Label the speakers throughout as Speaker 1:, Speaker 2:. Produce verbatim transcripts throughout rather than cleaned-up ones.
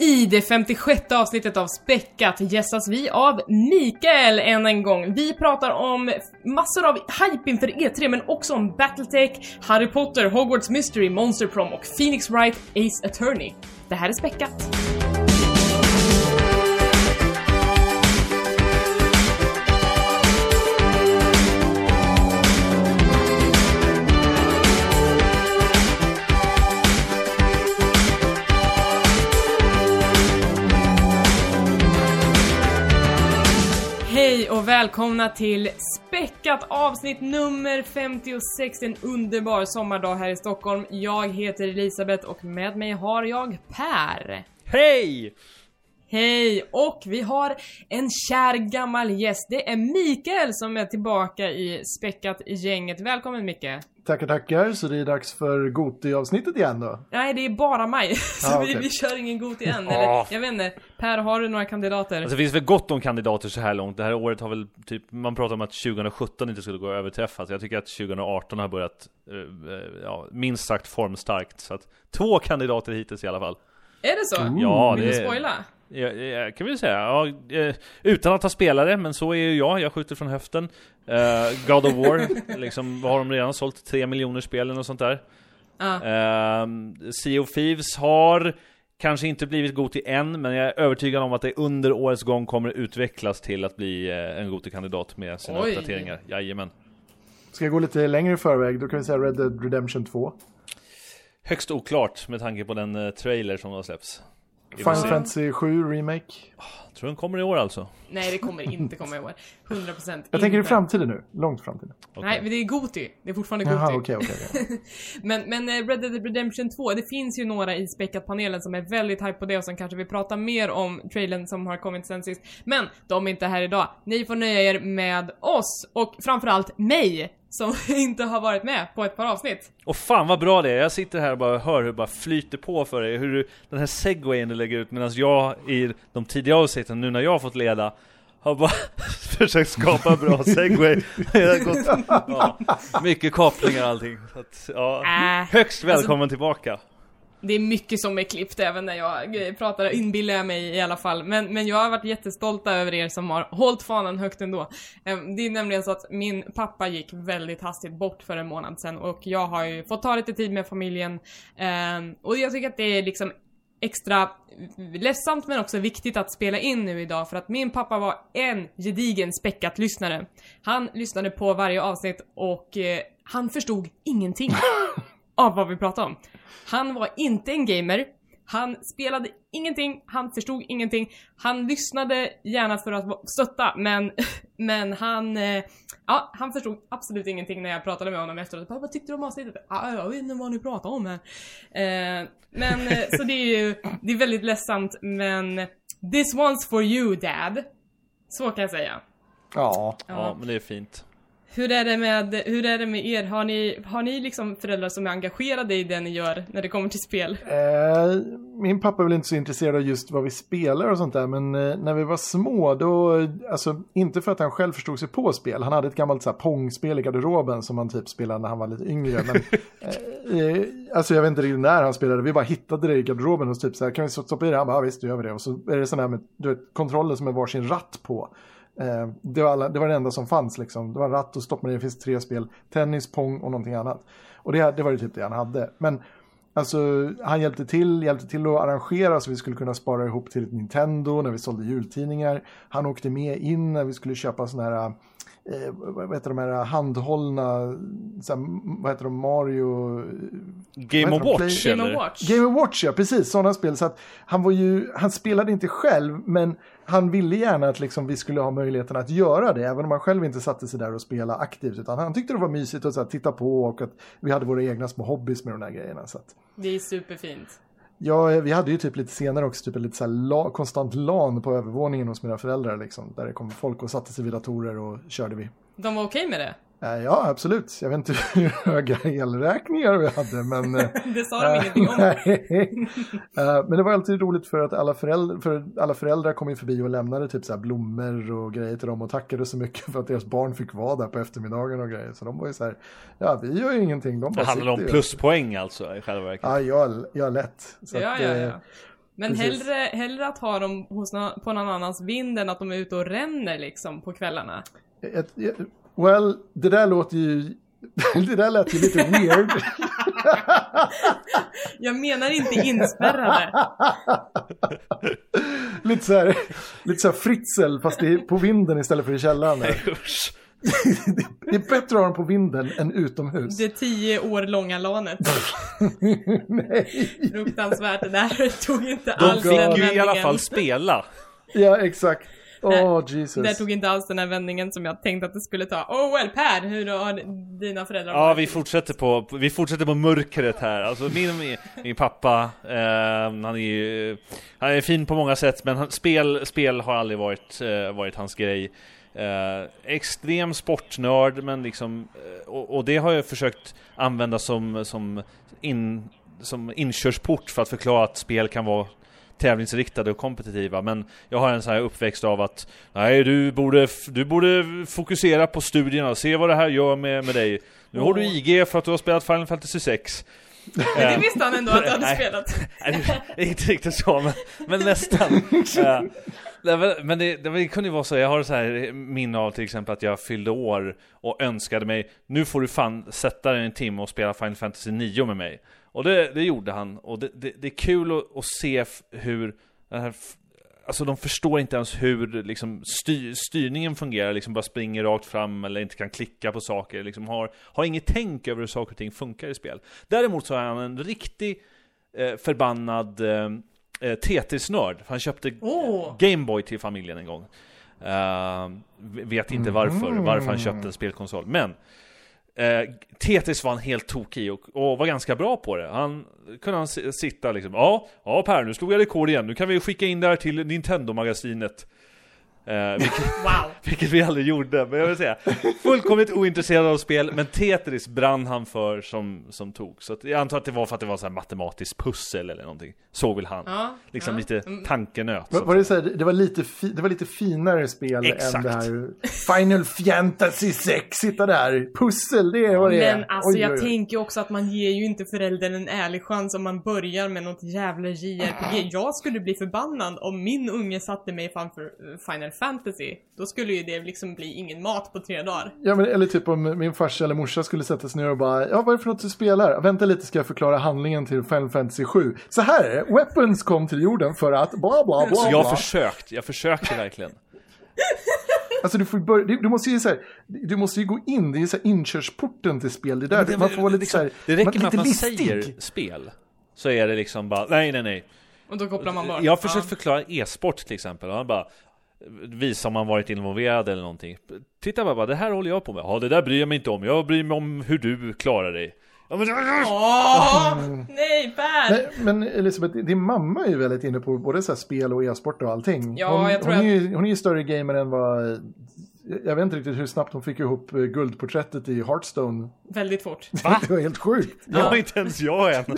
Speaker 1: I det femtiosjätte avsnittet av Späckat gästas vi av Mikael än en gång. Vi pratar om massor av hype inför E tre, men också om Battletech, Harry Potter, Hogwarts Mystery, Monster Prom och Phoenix Wright Ace Attorney. Det här är Späckat. Hej och välkomna till Späckat avsnitt nummer femtiosex, en underbar sommardag här i Stockholm. Jag heter Elisabeth och med mig har jag Per.
Speaker 2: Hej!
Speaker 1: Hej, och vi har en kär gammal gäst. Det är Mikael som är tillbaka i Späckat i gänget. Välkommen Micke.
Speaker 3: Tackar, tackar. Så det är dags för Goti-avsnittet igen då?
Speaker 1: Nej, det är bara maj. Så ah, okay. vi, vi kör ingen Goti än. Eller, oh. Jag vet inte. Per, har du några kandidater?
Speaker 2: Alltså, det finns väl gott om kandidater så här långt. Det här året har väl typ, man pratar om att tjugosjutton inte skulle gå att överträffas. Jag tycker att tjugoarton har börjat uh, ja, minst sagt formstarkt. Så att två kandidater hittills i alla fall.
Speaker 1: Är det så?
Speaker 2: Mm. Ja,
Speaker 1: vill
Speaker 2: det
Speaker 1: du spoila?
Speaker 2: Ja, ja, kan vi säga. Ja, utan att ha spelare, men så är ju jag. Jag skjuter från höften. Uh, God of War, liksom, har de redan sålt tre miljoner spel och sånt där. Uh. Uh, Sea of Thieves har kanske inte blivit god till än, men jag är övertygad om att det under årets gång kommer utvecklas till att bli en god till kandidat med sina Oj. uppdateringar. Jajamän.
Speaker 3: Ska jag gå lite längre i förväg? Då kan vi säga Red Dead Redemption två.
Speaker 2: Högst oklart med tanke på den uh, trailer som har släppts.
Speaker 3: Final Fantasy sju Remake.
Speaker 2: oh, Tror den kommer i år alltså?
Speaker 1: Nej, det kommer inte komma i år. hundra procent
Speaker 3: Jag tänker i framtiden nu, långt framtiden.
Speaker 1: Okay. Nej, men det är Goti. Det är fortfarande Goti.
Speaker 3: Jaha, okej, okej, okej.
Speaker 1: Men, men Red Dead Redemption två, det finns ju några i Späckat-panelen som är väldigt hype på det och som kanske vill prata mer om trailern som har kommit sen sist. Men de är inte här idag. Ni får nöja er med oss och framförallt mig som inte har varit med på ett par avsnitt.
Speaker 2: Och fan vad bra det är. Jag sitter här och bara hör hur det bara flyter på för dig. Hur du, den här segwayen du lägger ut, medan jag i de tidiga avsnitten, nu när jag har fått leda, har bara försökt skapa en bra segway. Jag har gått, ja, mycket kopplingar och allting. Så att, ja, äh, högst välkommen alltså, tillbaka.
Speaker 1: Det är mycket som är klippt även när jag pratar, inbillar jag mig i alla fall. Men, men jag har varit jättestolta över er som har hållit fanan högt ändå. Det är nämligen så att min pappa gick väldigt hastigt bort för en månad sedan. Och jag har ju fått ta lite tid med familjen. Och jag tycker att det är liksom extra ledsamt men också viktigt att spela in nu idag. För att min pappa var en gedigen späckat lyssnare. Han lyssnade på varje avsnitt och han förstod ingenting av vad vi pratade om. Han var inte en gamer. Han spelade ingenting. Han förstod ingenting. Han lyssnade gärna för att stötta. Men, men han, ja, han förstod absolut ingenting när jag pratade med honom efteråt. Vad tyckte du om avsnittet? Ah, jag vet inte vad ni pratar om här. Eh, men så det är ju det är väldigt ledsamt. Men this one's for you, dad. Så kan jag säga.
Speaker 3: Ja,
Speaker 2: ja, ja men det är fint.
Speaker 1: Hur är det med, hur är det med er? Har ni, har ni liksom föräldrar som är engagerade i det ni gör när det kommer till spel?
Speaker 3: Eh, min pappa är väl inte så intresserad av just vad vi spelar och sånt där. Men eh, när vi var små, då, alltså inte för att han själv förstod sig på spel. Han hade ett gammalt så här, pongspel i garderoben som han typ spelade när han var lite yngre. Men, eh, alltså jag vet inte riktigt när han spelade. Vi bara hittade det i garderoben och typ så här, kan vi stoppa i det? Han bara, ja, visst, gör vi det. Och så är det sån här med, du vet, kontroller som är varsin ratt på. Eh, det, var alla, det var det enda som fanns liksom. Det var ratt och stopp, men det finns tre spel: tennis, pong och någonting annat. Och det, det var ju typ det han hade. Men alltså, han hjälpte till Hjälpte till att arrangera så vi skulle kunna spara ihop till ett Nintendo när vi sålde jultidningar. Han åkte med in när vi skulle köpa såna här eh, vad heter de här handhållna så här, vad heter de, Mario
Speaker 2: Game of Watch
Speaker 1: Game of Watch
Speaker 3: Game of Watch, ja precis, sådana spel. Så att han var ju, han spelade inte själv, men han ville gärna att liksom vi skulle ha möjligheten att göra det, även om han själv inte satte sig där och spela aktivt, utan han tyckte det var mysigt att så här, titta på, och att vi hade våra egna små hobbys med de här grejerna. Så att,
Speaker 1: det är superfint.
Speaker 3: Ja, vi hade ju typ lite senare också typ lite så här la, konstant LAN på övervåningen hos mina föräldrar liksom, där det kom folk och satte sig vid datorer och körde vi.
Speaker 1: De var okej med det?
Speaker 3: Ja, absolut. Jag vet inte hur höga elräkningar vi hade, men...
Speaker 1: det sa de ingenting om.
Speaker 3: Men det var alltid roligt för att alla föräldrar, för alla föräldrar kom in förbi och lämnade typ så här blommor och grejer till dem och tackade så mycket för att deras barn fick vara där på eftermiddagen och grejer. Så de var ju så här, ja, vi gör ju ingenting. De bara
Speaker 2: det handlar om pluspoäng alltså i själva verket.
Speaker 3: Ja, jag, jag lätt. Så
Speaker 1: ja,
Speaker 3: att,
Speaker 1: ja, ja. Men hellre, hellre att ha dem hos no- på någon annans vind än att de är ute och ränner liksom på kvällarna.
Speaker 3: Ett, ett, well, det där låter ju... det där lät ju lite weird.
Speaker 1: Jag menar inte inspärrade.
Speaker 3: lite så här, lite så här fritzel fast det är på vinden istället för i källaren. Det är bättre att ha dem på vinden än utomhus.
Speaker 1: Det tio år långa lanet.
Speaker 3: Nej.
Speaker 1: Fruktansvärt, det där tog inte
Speaker 2: De
Speaker 1: alls den
Speaker 2: fick ju
Speaker 1: vändningen.
Speaker 2: i alla fall spela.
Speaker 3: Ja, exakt. Åh, oh,
Speaker 1: Det
Speaker 3: Jesus.
Speaker 1: tog inte alls den här vändningen som jag tänkte att det skulle ta. Oh well, Per, hur har dina föräldrar
Speaker 2: Ja,
Speaker 1: varit?
Speaker 2: vi fortsätter på vi fortsätter på mörkret här. Alltså min min, min pappa eh, han är ju, han är fin på många sätt, men han, spel spel har aldrig varit eh, varit hans grej. Eh, extrem sportnörd, men liksom eh, och, och det har jag försökt använda som som in som inkörsport för att förklara att spel kan vara tävlingsriktade och kompetitiva, men jag har en så här uppväxt av att nej, du borde du borde fokusera på studierna och se vad det här gör med med dig. Nu oh. har du I G för att du har spelat Final Fantasy sex.
Speaker 1: Det visste han ändå att du hade
Speaker 2: nej,
Speaker 1: spelat.
Speaker 2: Nej, det är inte riktigt så, men, men nästan. uh, men det, det kunde ju vara så. Jag har så här minne av till exempel att jag fyllde år och önskade mig, nu får du fan sätta dig en timme och spela Final Fantasy nio med mig. Och det, det gjorde han. Och det, det, det är kul att, att se hur den här, alltså de förstår inte ens hur liksom styr, styrningen fungerar, liksom bara springer rakt fram eller inte kan klicka på saker, liksom har, har inget tänk över hur saker och ting funkar i spel. Däremot så är han en riktig eh, förbannad eh, Tetris-nörd. Han köpte oh. Game Boy till familjen en gång. Uh, vet inte varför, mm. varför han köpte en spelkonsol. Men Eh, Tetris var han helt tokig och, och var ganska bra på det. Han kunde han s- sitta liksom, ja, ja Per, nu slog jag rekord igen. Nu kan vi skicka in där till Nintendo-magasinet. Eh, vilket, wow. vilket vi aldrig gjorde. Men jag vill säga, fullkomligt ointresserad av spel. Men Tetris brann han för som, som tog. Så att jag antar att det var för att det var så här matematiskt pussel eller någonting. Så vill han. Ja, liksom ja. Lite tankenöt.
Speaker 3: Var, var det, så här, det, var lite fi, det var lite finare spel. Exakt. Än det här Final Fantasy sex. Sitta där. Pussel, det är vad det är.
Speaker 1: Men alltså oj, jag oj, oj. tänker också att man ger ju inte föräldern en ärlig chans om man börjar med något jävla J R P G. Jag skulle bli förbannad om min unge satte mig framför Final Fantasy. Då skulle ju det liksom bli ingen mat på tre dagar.
Speaker 3: Ja, men eller typ om min farsa eller morsa skulle sätta sig ner och bara, ja, vad är det för något du spelar? Vänta lite, ska jag förklara handlingen till Final Fantasy sju. Så här är det, Weapons kom till jorden för att bla bla bla.
Speaker 2: Så jag har försökt, jag försökte verkligen.
Speaker 3: Alltså du får börja, du, du måste ju så här, du måste ju gå in, det är så här inkörsporten till spel. Det där, det, man får vara lite så här,
Speaker 2: det räcker med att man
Speaker 3: listig.
Speaker 2: säger spel. Så är det liksom bara, nej nej nej.
Speaker 1: Och då kopplar man bort.
Speaker 2: Jag har försökt ja. förklara e-sport till exempel, och han bara visa om man varit involverad eller någonting. Titta bara, det här håller jag på med. Ja, det där bryr jag mig inte om. Jag bryr mig om hur du klarar dig.
Speaker 1: Åh, oh, nej, Per!
Speaker 3: Nej, men Elisabeth, din mamma är ju väldigt inne på både så här spel och e-sport och allting.
Speaker 1: Ja,
Speaker 3: hon,
Speaker 1: jag tror
Speaker 3: hon,
Speaker 1: att...
Speaker 3: är ju, hon är ju större gamer än vad... Jag vet inte riktigt hur snabbt hon fick ihop guldporträttet i Hearthstone.
Speaker 1: Väldigt fort.
Speaker 3: Va? Det var helt sjukt.
Speaker 2: Det var inte ens jag än.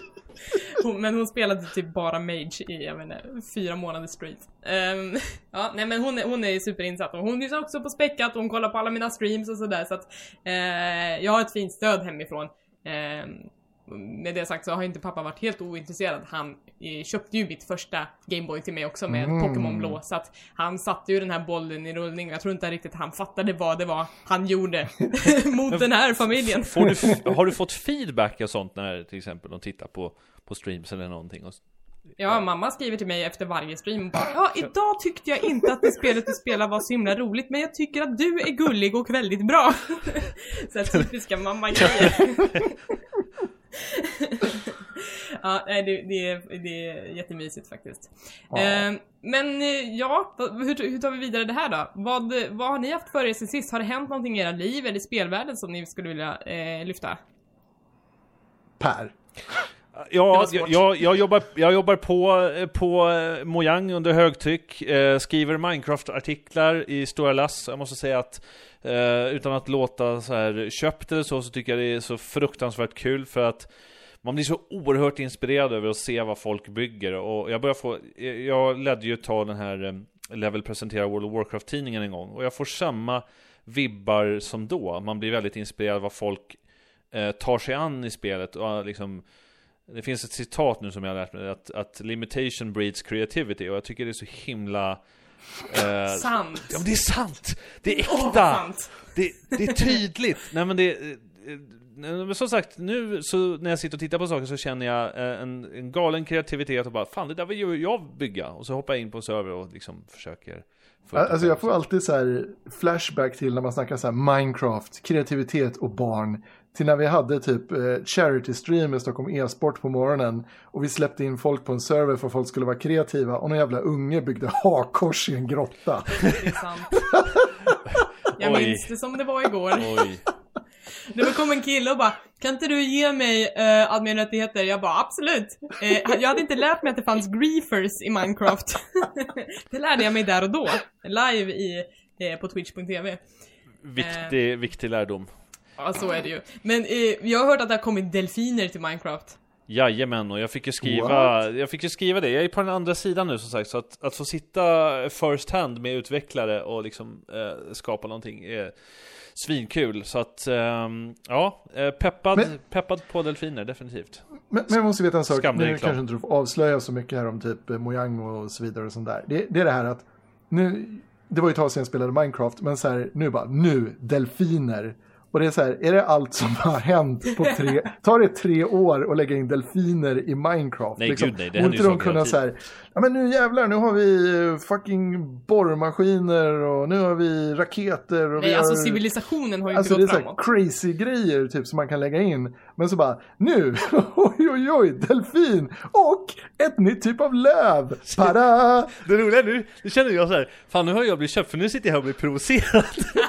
Speaker 1: Hon, men hon spelade typ bara Mage i, jag vet inte, fyra månader straight. Um, ja, nej men hon är, hon är superinsatt. Och hon lyssnar också på Späckat och hon kollar på alla mina streams och sådär. Så att uh, jag har ett fint stöd hemifrån. Um, med det sagt så har inte pappa varit helt ointresserad. Han eh, köpte ju mitt första Gameboy till mig också med mm. Pokémon Blå. Så att han satte ju den här bollen i rullning. Jag tror inte riktigt han fattade vad det var han gjorde mot den här familjen.
Speaker 2: Får du f- har du fått feedback och sånt när till exempel de tittar på, på streams eller någonting? Och...
Speaker 1: Ja, mamma skriver till mig efter varje stream bara, ja, idag tyckte jag inte att det spelet du spelar var så himla roligt, men jag tycker att du är gullig och väldigt bra. Så här typiska mamma-grejer. Ja, det, det, är, det är jättemysigt faktiskt. Ja. Eh, men ja, hur, hur tar vi vidare det här då? Vad, vad har ni haft för er sen sist? Har det hänt någonting i era liv eller i spelvärlden som ni skulle vilja eh, lyfta?
Speaker 3: Per.
Speaker 2: Ja, jag, jag, jag, jobbar, jag jobbar på, på Mojang under högtryck, eh, skriver Minecraft-artiklar i stora lass. Jag måste säga att eh, utan att låta så här köpt eller så, så tycker jag det är så fruktansvärt kul, för att man blir så oerhört inspirerad över att se vad folk bygger. Och jag börjar få, jag ledde ju ta den här eh, Level presentera World of Warcraft-tidningen en gång, och jag får samma vibbar som då. Man blir väldigt inspirerad av vad folk eh, tar sig an i spelet och liksom det finns ett citat nu som jag har lärt mig, att, att limitation breeds creativity, och jag tycker det är så himla eh,
Speaker 1: sant.
Speaker 2: Ja, men det är sant. Det är äkta.
Speaker 1: Oh, sant.
Speaker 2: Det, det är tydligt. Nej, men det men som sagt, nu så när jag sitter och tittar på saker så känner jag en, en galen kreativitet och bara, fan, det där vill ju jag bygga, och så hoppar jag in på en server och liksom försöker.
Speaker 3: Alltså jag får alltid så här flashback till när man snackar så här Minecraft, kreativitet och barn, till när vi hade typ eh, charity stream i Stockholm e-sport på morgonen och vi släppte in folk på en server för att folk skulle vara kreativa, och någon jävla unge byggde hakors i en grotta.
Speaker 1: Det är sant. Jag
Speaker 2: Oj.
Speaker 1: minns det som det var igår.
Speaker 2: Oj.
Speaker 1: Det kom en kille och bara, kan inte du ge mig uh, adminrättigheter? Jag bara, absolut. Uh, jag hade inte lärt mig att det fanns griefers i Minecraft. Det lärde jag mig där och då. Live i, uh, på twitch punkt tv.
Speaker 2: Viktig, uh, viktig lärdom.
Speaker 1: Ja, så är det ju. Men uh, jag har hört att det har kommit delfiner till Minecraft.
Speaker 2: Jajamän, och jag fick ju skriva jag fick ju skriva det. Jag är på den andra sidan nu, som sagt, så att, att få sitta first hand med utvecklare och liksom uh, skapa någonting är svinkul, så att um, ja, peppad, men, peppad på delfiner, definitivt.
Speaker 3: Men, men jag måste veta en sak.
Speaker 2: Skamlig
Speaker 3: nu
Speaker 2: reklam.
Speaker 3: Kanske inte du får avslöja så mycket här om typ Mojang och så vidare och sånt där. Det, det är det här att nu, det var ju ett tag sedan jag spelade Minecraft, men så här, nu bara, nu, delfiner. Och det är så här, är det allt som har hänt på tre, tar det tre år att lägga in delfiner i Minecraft?
Speaker 2: Nej,
Speaker 3: liksom,
Speaker 2: gud nej, det händer ju
Speaker 3: de
Speaker 2: saker
Speaker 3: kunna
Speaker 2: hela
Speaker 3: så här, ja men nu jävlar, nu har vi fucking borrmaskiner och nu har vi raketer. Och
Speaker 1: nej,
Speaker 3: vi
Speaker 1: alltså
Speaker 3: har,
Speaker 1: civilisationen har ju
Speaker 3: alltså
Speaker 1: inte gått
Speaker 3: det är
Speaker 1: framåt.
Speaker 3: så här crazy grejer typ som man kan lägga in. Men så bara, nu, oj oj oj, delfin och ett nytt typ av löv. Para!
Speaker 2: Det roliga nu, det känner jag så här, fan nu har jag blivit köpt, för nu sitter jag här och blir provocerad.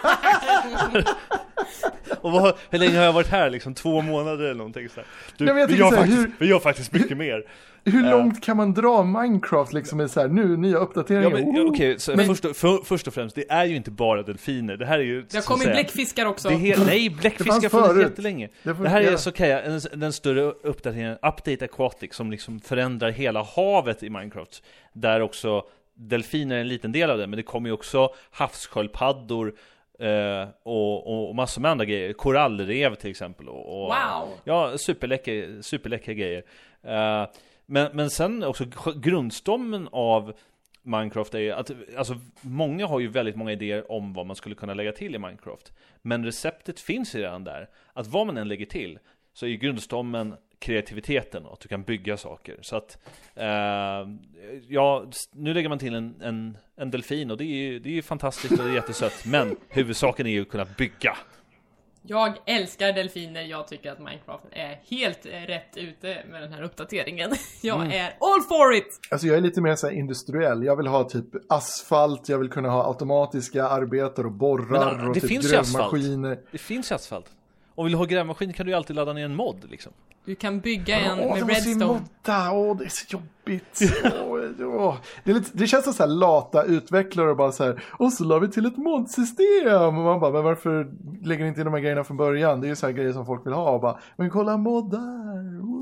Speaker 2: Och vad, hur länge har jag varit här? Liksom två månader eller någonting så här. Du,
Speaker 3: Nej, men jag
Speaker 2: vi, gör
Speaker 3: så här,
Speaker 2: faktiskt,
Speaker 3: hur,
Speaker 2: vi gör faktiskt mycket mer.
Speaker 3: Hur
Speaker 2: uh,
Speaker 3: långt kan man dra Minecraft liksom i så här, nu, nya uppdateringar?
Speaker 2: Ja, men, ja, okej, så
Speaker 3: men,
Speaker 2: först, och, för, först och främst, det är ju inte bara delfiner. Det här är ju...
Speaker 1: Det har kommit bläckfiskar också.
Speaker 2: Det är, nej, bläckfiskar har funnits jättelänge. Det, det här är så kan jag, en, den större uppdateringen, Update Aquatic, som liksom förändrar hela havet i Minecraft. Där också delfiner är en liten del av det, men det kommer ju också havssköldpaddor, Uh, och, och massor med andra grejer. Korallrev till exempel och, och,
Speaker 1: wow.
Speaker 2: Ja, superläcker, superläckra grejer. uh, men, men sen också grundstommen av Minecraft är att alltså, många har ju väldigt många idéer om vad man skulle kunna lägga till i Minecraft. Men receptet finns ju redan där. Att vad man än lägger till så är ju grundstommen kreativiteten och att du kan bygga saker. Så att uh, ja, nu lägger man till en, en, en delfin och det är ju, det är ju fantastiskt och det är jättesött. Men huvudsaken är ju att kunna bygga.
Speaker 1: Jag älskar delfiner. Jag tycker att Minecraft är helt rätt ute med den här uppdateringen. Jag mm. är all for it!
Speaker 3: Alltså jag är lite mer så här industriell. Jag vill ha typ asfalt, jag vill kunna ha automatiska arbetare och borrar. Men, och
Speaker 2: det
Speaker 3: typ
Speaker 2: finns
Speaker 3: grävmaskiner.
Speaker 2: Det finns ju asfalt. Om vill ha grävmaskin kan du ju alltid ladda ner en mod liksom.
Speaker 1: Du kan bygga en
Speaker 3: åh,
Speaker 1: med redstone.
Speaker 3: Modda. Åh, det är så jobbigt. åh, åh. Det, är lite, det känns som så här lata utvecklare och bara så här, och så la vi till ett modsystem. Och man bara, men varför lägger ni inte in de här grejerna från början? Det är ju så här grejer som folk vill ha. Och bara, men kolla moddar.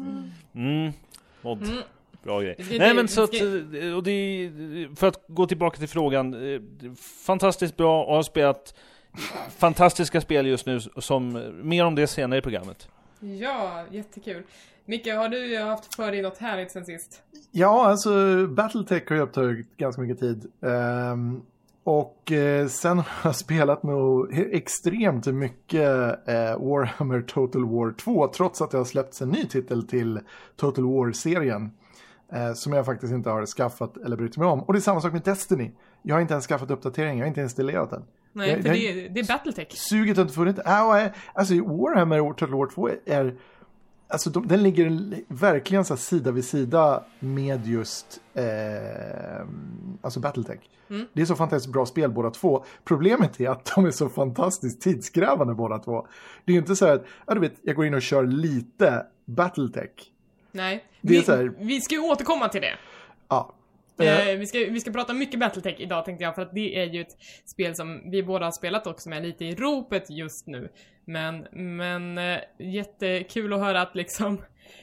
Speaker 2: Mm, mod. Mm. Bra grej.
Speaker 1: Ska,
Speaker 2: Nej men så att,
Speaker 1: ska...
Speaker 2: och det, för att gå tillbaka till frågan, fantastiskt bra och har spelat fantastiska spel just nu, som mer om det senare i programmet.
Speaker 1: Ja, jättekul. Micke, har du haft för dig något härligt sen sist?
Speaker 3: Ja, alltså Battletech har ju upptagit ganska mycket tid. Um, och uh, sen har jag spelat nog extremt mycket uh, Warhammer Total War två, trots att det har släppts en ny titel till Total War-serien. Uh, som jag faktiskt inte har skaffat eller brytt mig om. Och det är samma sak med Destiny. Jag har inte ens skaffat uppdatering, jag har inte installerat den.
Speaker 1: Nej,
Speaker 3: jag,
Speaker 1: för
Speaker 3: jag,
Speaker 1: det, är, det är Battletech.
Speaker 3: Suget har inte funnit. Äh, alltså Warhammer Total War två är... Alltså de, den ligger verkligen så sida vid sida med just eh, alltså Battletech. Mm. Det är så fantastiskt bra spel båda två. Problemet är att de är så fantastiskt tidskrävande båda två. Det är ju inte så att ja, du vet, jag går in och kör lite Battletech.
Speaker 1: Nej,
Speaker 3: det är
Speaker 1: vi,
Speaker 3: så här,
Speaker 1: vi ska ju återkomma till det.
Speaker 3: Ja.
Speaker 1: Eh, vi, ska, vi ska prata mycket Battletech idag tänkte jag, för att det är ju ett spel som vi båda har spelat och som är lite i ropet just nu. Men, men eh, jättekul att höra att liksom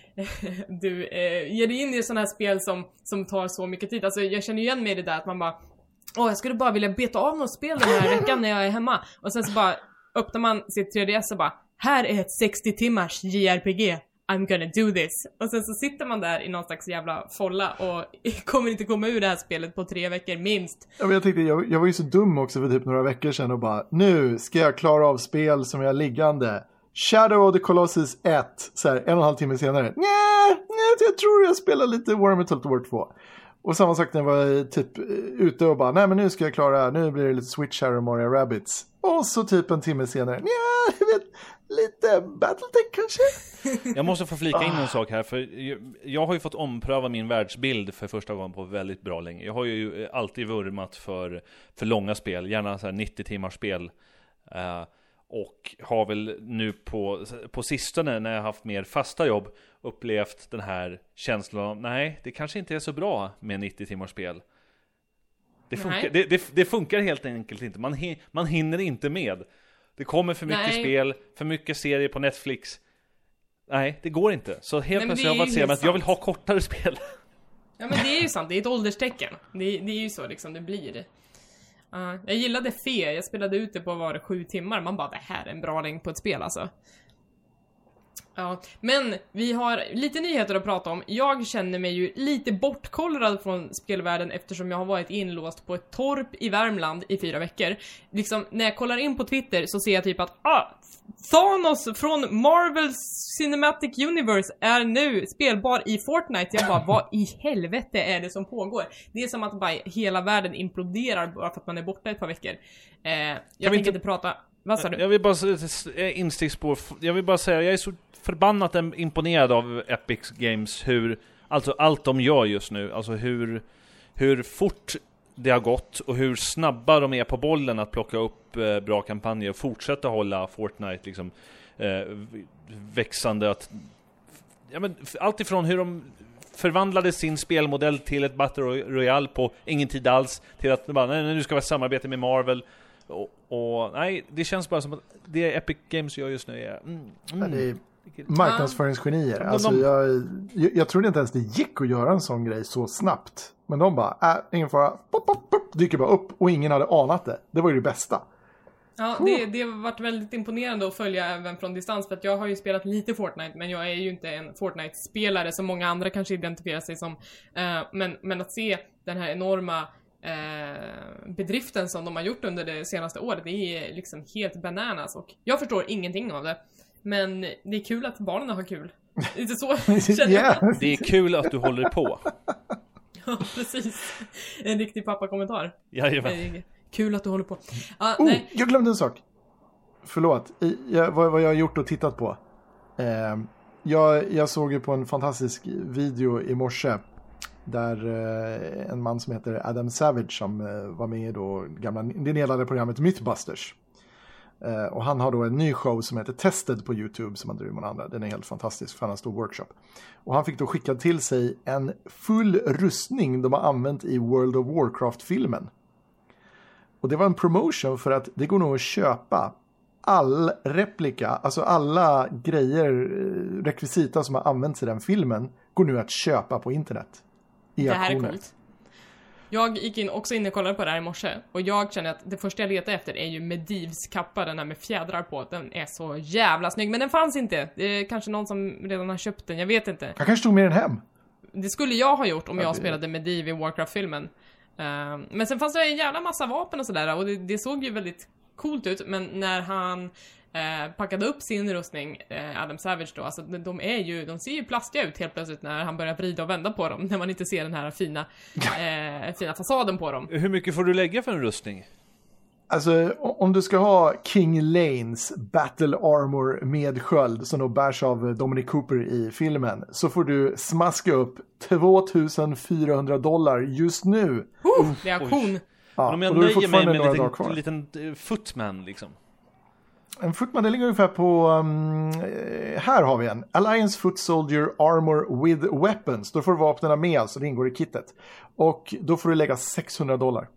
Speaker 1: du eh, ger dig in i sådana här spel som, som tar så mycket tid. Alltså jag känner igen mig i det där att man bara, åh jag skulle bara vilja beta av något spel den här veckan när jag är hemma. Och sen så bara öppnar man sitt tre D S och bara, här är ett sextio timmars J R P G. I'm gonna do this. Och sen så sitter man där i någon slags jävla folla och kommer inte komma ur det här spelet på tre veckor minst.
Speaker 3: Ja, men jag tänkte, jag, jag var ju så dum också för typ några veckor sedan och bara, nu ska jag klara av spel som jag är liggande. Shadow of the Colossus ett, så här, en och en halv timme senare. Nej, nej, jag tror jag spelar lite Warhammer Total War två. Och samma sak när jag var typ ute och bara, nej men nu ska jag klara, nu blir det lite Switch här och Mario Rabbids. Och så typ en timme senare, nej, jag vet, lite Battletech kanske.
Speaker 2: Jag måste få flika in en sak här, för jag har ju fått ompröva min världsbild för första gången på väldigt bra länge. Jag har ju alltid vurmat för, för långa spel, gärna så här nittio timmars spel. Uh, och har väl nu på, på sistone när jag haft mer fasta jobb upplevt den här känslan av, nej, det kanske inte är så bra med nittio timmars spel. Det funkar, det, det, det funkar helt enkelt inte. Man, hi, man hinner inte med. Det kommer för mycket Nej. spel, för mycket serier på Netflix. Nej, det går inte. Så helt plötsligt har jag varit säga att jag vill ha kortare spel.
Speaker 1: Ja, men det är ju sant. Det är ett ålderstecken. Det, det är ju så liksom det blir. Uh, jag gillade Fe. Jag spelade ut det på var det sju timmar. Man bara, det här är en bra längd på ett spel alltså. Ja, men vi har lite nyheter att prata om. Jag känner mig ju lite bortkollrad från spelvärlden eftersom jag har varit inlåst på ett torp i Värmland i fyra veckor. Liksom, när jag kollar in på Twitter så ser jag typ att ah, Thanos från Marvel's Cinematic Universe är nu spelbar i Fortnite. Jag bara, vad i helvete är det som pågår? Det är som att bara hela världen imploderar bara för att man är borta ett par veckor. Eh, jag tänker inte... inte prata... Vad sa du?
Speaker 2: Jag vill bara instickspår. Jag vill bara säga, jag är så förbannat imponerad av Epic Games, hur alltså allt de gör just nu, alltså hur hur fort det har gått och hur snabba de är på bollen att plocka upp eh, bra kampanjer och fortsätta hålla Fortnite liksom eh, växande, att ja, men allt ifrån hur de förvandlade sin spelmodell till ett Battle Royale på ingen tid alls till att bara, nej, nu ska vi samarbeta med Marvel. Och, och nej, det känns bara som att det Epic Games gör just nu är, mm, mm.
Speaker 3: Ja, det är marknadsföringsgenier. Alltså, jag, jag, jag trodde inte ens det gick att göra en sån grej så snabbt. Men de bara, äh, ingen fara, pop, pop, pop, dyker bara upp och ingen hade anat det. Det var ju det bästa.
Speaker 1: Ja, det, det har varit väldigt imponerande att följa även från distans, för att jag har ju spelat lite Fortnite, men jag är ju inte en Fortnite-spelare som många andra kanske identifierar sig som. Uh, men, men att se den här enorma Eh, bedriften som de har gjort under det senaste året, det är liksom helt bananas, och jag förstår ingenting av det, men det är kul att barnen har kul. Lite så känner
Speaker 3: yeah.
Speaker 1: jag.
Speaker 2: Det är kul att du håller på.
Speaker 1: Ja, precis. En riktig pappa-kommentar.
Speaker 2: Jajamän.
Speaker 1: Kul att du håller på. Ah,
Speaker 3: oh,
Speaker 1: nej.
Speaker 3: Jag glömde en sak. Förlåt. I, jag, vad, vad jag har gjort och tittat på. Eh, jag, jag såg ju på en fantastisk video i morse där eh, en man som heter Adam Savage, som eh, var med i då gamla, det nedladdade programmet Mythbusters. Eh, och han har då en ny show som heter Tested på YouTube, som han driver med andra. Den är helt fantastisk, för han har en stor workshop. Och han fick då skickad till sig en full rustning de har använt i World of Warcraft-filmen. Och det var en promotion för att det går nog att köpa all replika, alltså alla grejer, rekvisita som har använts i den filmen, går nu att köpa på internet.
Speaker 1: Det här är coolt. Jag gick in också in och kollade på det här i morse, och jag känner att det första jag letar efter är ju Medivhs kappa, den här med fjädrar på. Den är så jävla snygg, men den fanns inte. Det är kanske någon som redan har köpt den, jag vet inte.
Speaker 3: Jag kanske tog med den hem.
Speaker 1: Det skulle jag ha gjort om
Speaker 3: ja,
Speaker 1: jag
Speaker 3: det...
Speaker 1: spelade Mediv i Warcraft-filmen. Uh, men sen fanns det en jävla massa vapen och sådär, och det, det såg ju väldigt coolt ut, men när han Eh, packade upp sin rustning, eh, Adam Savage då, alltså de, de är ju, de ser ju plastiga ut helt plötsligt när han börjar vrida och vända på dem, när man inte ser den här fina eh, fina fasaden på dem.
Speaker 2: Hur mycket får du lägga för en rustning?
Speaker 3: Alltså, om du ska ha King Lanes Battle Armor med sköld, som då bärs av Dominic Cooper i filmen, så får du smaska upp tvåtusen fyrahundra dollar just nu.
Speaker 1: Uh, det är auktion.
Speaker 3: Ja,
Speaker 2: om jag nöjer mig med en liten, liten footman liksom.
Speaker 3: En footman, det ligger ungefär på, um, här har vi en Alliance Foot Soldier Armor with Weapons. Då får du vapnena med, alltså det ingår i kittet. Och då får du lägga sexhundra dollar.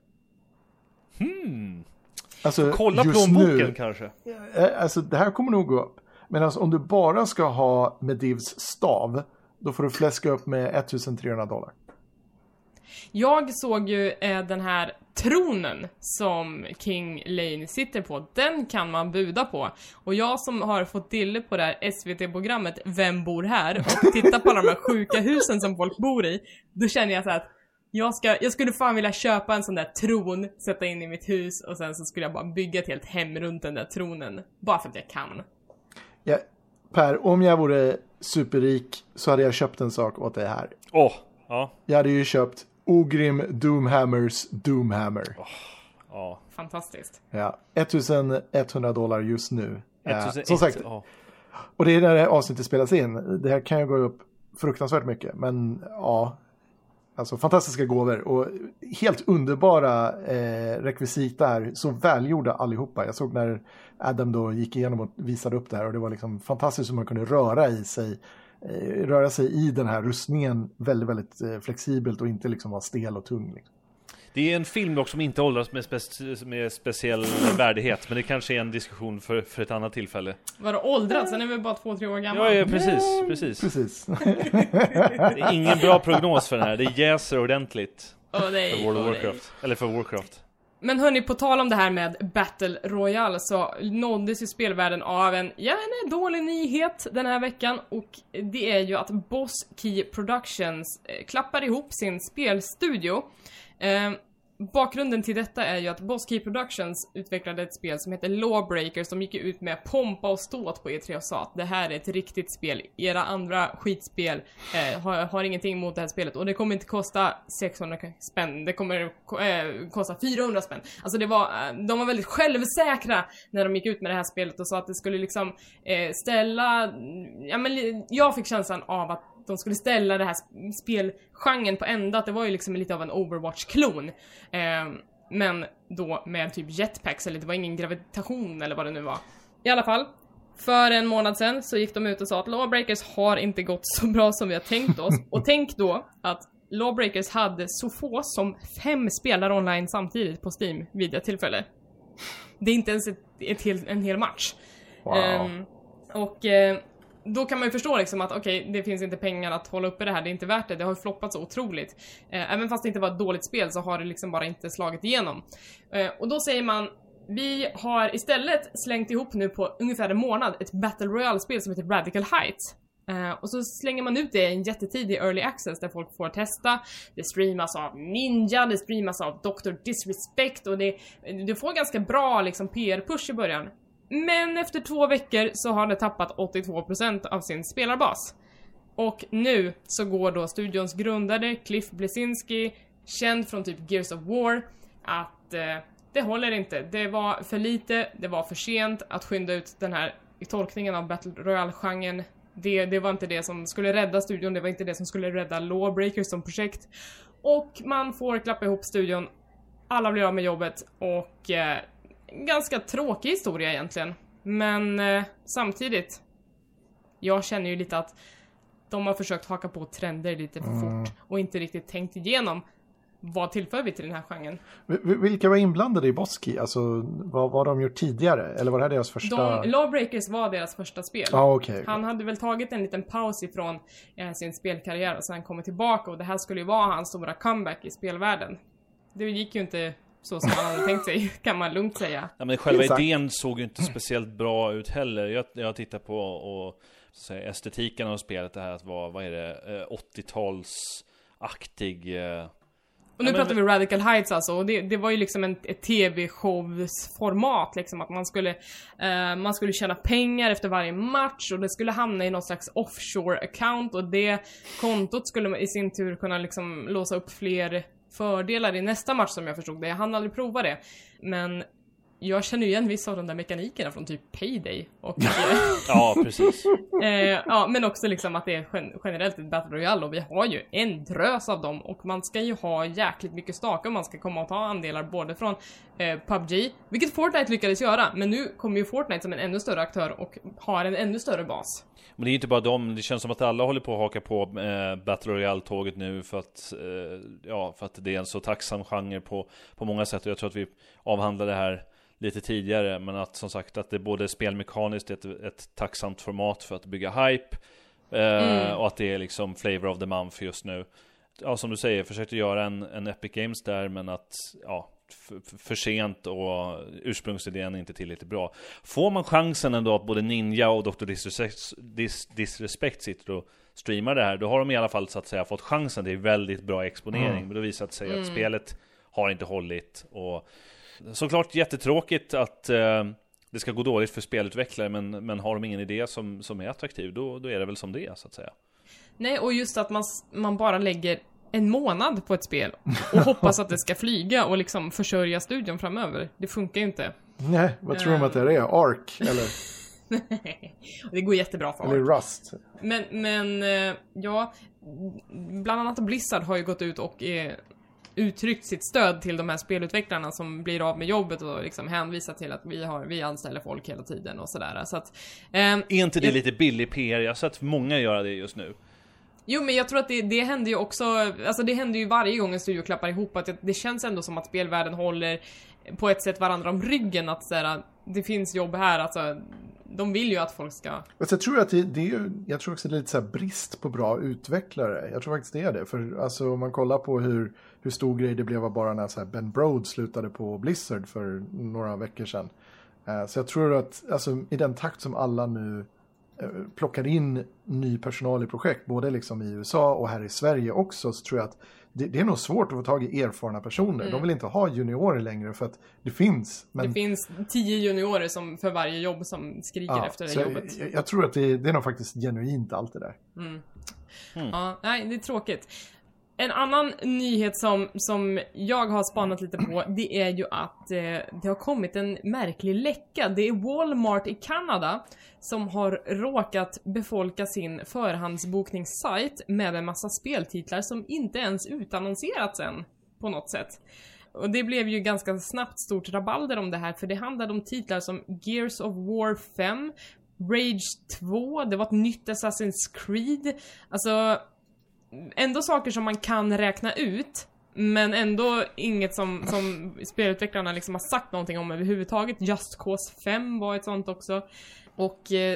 Speaker 2: Hmm.
Speaker 3: Alltså,
Speaker 2: kolla plånboken nu, kanske.
Speaker 3: Alltså det här kommer nog gå upp. Men alltså, om du bara ska ha Medivhs stav, då får du fläska upp med ettusen trehundra dollar.
Speaker 1: Jag såg ju eh, den här tronen som King Lane sitter på. Den kan man buda på. Och jag som har fått dille på det här S V T-programmet Vem bor här? Och titta på alla de här sjuka husen som folk bor i. Då känner jag så att jag, ska, jag skulle fan vilja köpa en sån där tron, sätta in i mitt hus och sen så skulle jag bara bygga ett helt hem runt den där tronen. Bara för att jag kan.
Speaker 3: Ja, Per, om jag vore superrik så hade jag köpt en sak åt det här.
Speaker 2: Åh, oh, ja.
Speaker 3: Jag hade ju köpt Ogrim Doomhammers Doomhammer.
Speaker 2: Oh, ja.
Speaker 1: Fantastiskt.
Speaker 3: Ja, ettusenetthundra dollar just nu.
Speaker 2: ettusenett,
Speaker 3: som sagt,
Speaker 2: oh.
Speaker 3: och det är när det här avsnittet spelas in. Det här kan ju gå upp fruktansvärt mycket, men ja, alltså fantastiska gåvor och helt underbara eh, rekvisita här, så välgjorda allihopa. Jag såg när Adam då gick igenom och visade upp det här och det var liksom fantastiskt hur man kunde röra i sig eh, röra sig i den här rustningen väldigt, väldigt eh, flexibelt och inte liksom vara stel och tung liksom.
Speaker 2: Det är en film dock som inte åldras med, spe- med speciell värdighet, men det kanske är en diskussion för, för ett annat tillfälle.
Speaker 1: Vadå åldras? Den är väl bara två, tre år gammal?
Speaker 2: Ja, ja precis, precis.
Speaker 3: precis.
Speaker 2: Det är ingen bra prognos för den här. Det jäser ordentligt
Speaker 1: oh, nej,
Speaker 2: för World of
Speaker 1: oh,
Speaker 2: Warcraft. Eller för Warcraft.
Speaker 1: Men hörni, på tal om det här med Battle Royale så nåddes ju spelvärlden av en, ja, en dålig nyhet den här veckan. Och det är ju att Boss Key Productions eh, klappar ihop sin spelstudio. Eh, bakgrunden till detta är ju att Boss Key Productions utvecklade ett spel som heter Lawbreakers. De gick ut med pompa och ståt på E tre och sa att det här är ett riktigt spel. Era andra skitspel eh, har, har ingenting emot det här spelet. Och det kommer inte kosta sexhundra spänn. Det kommer eh, kosta fyrahundra spänn. Alltså det var, de var väldigt självsäkra när de gick ut med det här spelet och sa att det skulle liksom eh, ställa... Ja, men jag fick känslan av att de skulle ställa det här spelgenren på ända, att det var ju liksom lite av en Overwatch-klon. Eh, men då med typ jetpacks, eller det var ingen gravitation eller vad det nu var. I alla fall, för en månad sedan så gick de ut och sa att Lawbreakers har inte gått så bra som vi har tänkt oss. Och tänk då att Lawbreakers hade så få som fem spelare online samtidigt på Steam vid ett tillfälle. Det är inte ens ett, ett hel, en hel match.
Speaker 3: Wow.
Speaker 1: Eh, och... Eh, Då kan man ju förstå liksom att okej, okay, det finns inte pengar att hålla uppe det här, det är inte värt det, det har ju floppat så otroligt. Eh, även fast det inte var ett dåligt spel så har det liksom bara inte slagit igenom. Eh, och då säger man, vi har istället slängt ihop nu på ungefär en månad ett Battle Royale-spel som heter Radical Heights. Uh, och så slänger man ut det i en jättetidig early access där folk får testa. Det streamas av Ninja, det streamas av doktor Disrespect och det, det får ganska bra liksom, P R-push i början. Men efter två veckor så har det tappat åttiotvå procent av sin spelarbas. Och nu så går då studions grundare Cliff Bleszinski, känd från typ Gears of War, att eh, det håller inte. Det var för lite, det var för sent att skynda ut den här i tolkningen av Battle Royale-genren. Det, det var inte det som skulle rädda studion, det var inte det som skulle rädda Lawbreakers som projekt. Och man får klappa ihop studion, alla blir av med jobbet och... Eh, ganska tråkig historia egentligen. Men eh, samtidigt, jag känner ju lite att de har försökt haka på trender lite för
Speaker 3: Mm.
Speaker 1: fort och inte riktigt tänkt igenom vad tillför vi till den här genren.
Speaker 3: V- vilka var inblandade i Boss Key? Alltså, vad var de gjort tidigare? Eller var det här deras första?
Speaker 1: De, Lawbreakers var deras första spel.
Speaker 3: Ah, okay, okay.
Speaker 1: Han hade väl tagit en liten paus ifrån eh, sin spelkarriär och sen kommit tillbaka och det här skulle ju vara hans stora comeback i spelvärlden. Det gick ju inte så som man hade tänkt sig, kan man lugnt säga.
Speaker 2: Ja, men själva
Speaker 3: Exakt.
Speaker 2: idén såg ju inte speciellt bra ut heller. Jag, jag tittar på och, så säga, estetiken av spelet, det här att vara, vad är det, åttiotalsaktig. Eh,
Speaker 1: och nu
Speaker 2: ja,
Speaker 1: pratar
Speaker 2: men,
Speaker 1: vi Radical Heights alltså, och det, det var ju liksom en, ett tv-showsformat liksom, att man skulle, eh, man skulle tjäna pengar efter varje match och det skulle hamna i någon slags offshore-account och det kontot skulle i sin tur kunna liksom låsa upp fler fördelar i nästa match som jag förstod det. Jag hann aldrig prova det. Men jag känner igen vissa av de där mekanikerna från typ Payday. Och,
Speaker 2: ja, precis.
Speaker 1: eh, ja, men också liksom att det är gen- generellt ett Battle Royale och vi har ju en drös av dem och man ska ju ha jäkligt mycket stake om man ska komma och ta andelar både från eh, P U B G, vilket Fortnite lyckades göra, men nu kommer ju Fortnite som en ännu större aktör och har en ännu större bas.
Speaker 2: Men det är ju inte bara dem, det känns som att alla håller på att haka på eh, Battle Royale-tåget nu för att, eh, ja, för att det är en så tacksam genre på, på många sätt. Och jag tror att vi avhandlade det här lite tidigare, men att som sagt att det är både spelmekaniskt ett, ett tacksamt format för att bygga hype eh, mm. och att det är liksom flavor of the month just nu. ja, som du säger, försökte göra en, en Epic Games där, men att ja, f- för sent och ursprungsidén inte tillräckligt bra. Får man chansen ändå att både Ninja och doktor Disrespect, Dis, Disrespect sitter och streamar det här, då har de i alla fall så att säga fått chansen. Det är väldigt bra exponering, mm. men då visar det sig mm. att spelet har inte hållit. Och såklart jättetråkigt att eh, det ska gå dåligt för spelutvecklare, men, men har de ingen idé som, som är attraktiv, då, då är det väl som det är, så att säga.
Speaker 1: Nej, och just att man, man bara lägger en månad på ett spel och hoppas att det ska flyga och liksom försörja studion framöver. Det funkar ju inte.
Speaker 3: Nej, vad tror de att det är? Ark, eller?
Speaker 1: Det går jättebra för Ark.
Speaker 3: Eller Rust.
Speaker 1: Men, men ja, bland annat Blizzard har ju gått ut och eh, uttryckt sitt stöd till de här spelutvecklarna som blir av med jobbet och liksom hänvisar till att vi, har, vi anställer folk hela tiden och sådär. Så att, eh,
Speaker 2: är inte det
Speaker 1: jag,
Speaker 2: lite billig P R? Jag har sett många göra det just nu.
Speaker 1: Jo, men jag tror att det, det händer ju också, alltså det händer ju varje gång en studio klappar ihop, att det, det känns ändå som att spelvärlden håller på ett sätt varandra om ryggen, att såhär, det finns jobb här, alltså de vill ju att folk ska...
Speaker 3: Alltså, jag tror att det, det är ju, jag tror också det är lite så här brist på bra utvecklare. Jag tror faktiskt det är det, för alltså om man kollar på hur, hur stor grej det blev bara när så här Ben Brode slutade på Blizzard för några veckor sedan. Uh, så jag tror att alltså, i den takt som alla nu plockar in ny personal i projekt, både liksom i U S A och här i Sverige också, så tror jag att det, det är nog svårt att få tag i erfarna personer. Mm. De vill inte ha juniorer längre för att det finns. Men...
Speaker 1: Det finns tio juniorer som för varje jobb som skriker ja, efter det jobbet.
Speaker 3: Jag, jag tror att det, det är nog faktiskt genuint allt det där.
Speaker 1: Mm. Mm. Ja, nej, det är tråkigt. En annan nyhet som, som jag har spanat lite på, det är ju att eh, det har kommit en märklig läcka. Det är Walmart i Kanada som har råkat befolka sin förhandsbokningssajt med en massa speltitlar som inte ens utannonserats än på något sätt. Och det blev ju ganska snabbt stort rabalder om det här, för det handlade om titlar som Gears of War fem, Rage två, det var ett nytt Assassin's Creed. Alltså... ändå saker som man kan räkna ut, men ändå inget som, som spelutvecklarna liksom har sagt någonting om överhuvudtaget. Just Cause fem var ett sånt också. Och eh,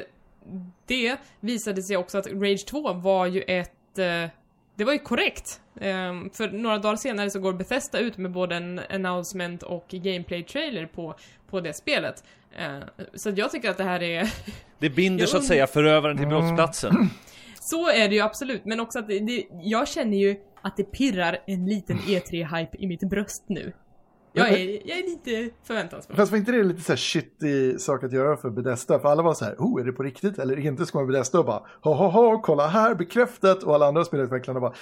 Speaker 1: det visade sig också att Rage två var ju ett... Eh, det var ju korrekt. Eh, för några dagar senare så går Bethesda ut med både en announcement och gameplay-trailer på, på det spelet. Eh, så jag tycker att det här är...
Speaker 2: Det binder så att säga förövaren till brottsplatsen.
Speaker 1: Så är det ju absolut, men också att det, det, jag känner ju att det pirrar en liten E tre-hype i mitt bröst nu. Jag är, jag är lite förväntansfull.
Speaker 3: Fast var inte det lite så här shitty sak att göra för Bethesda? För alla var så här, oh, är det på riktigt? Eller inte, ska man Bethesda och bara, ha ha ha, kolla här, bekräftat. Och alla andra spelutvecklarna bara,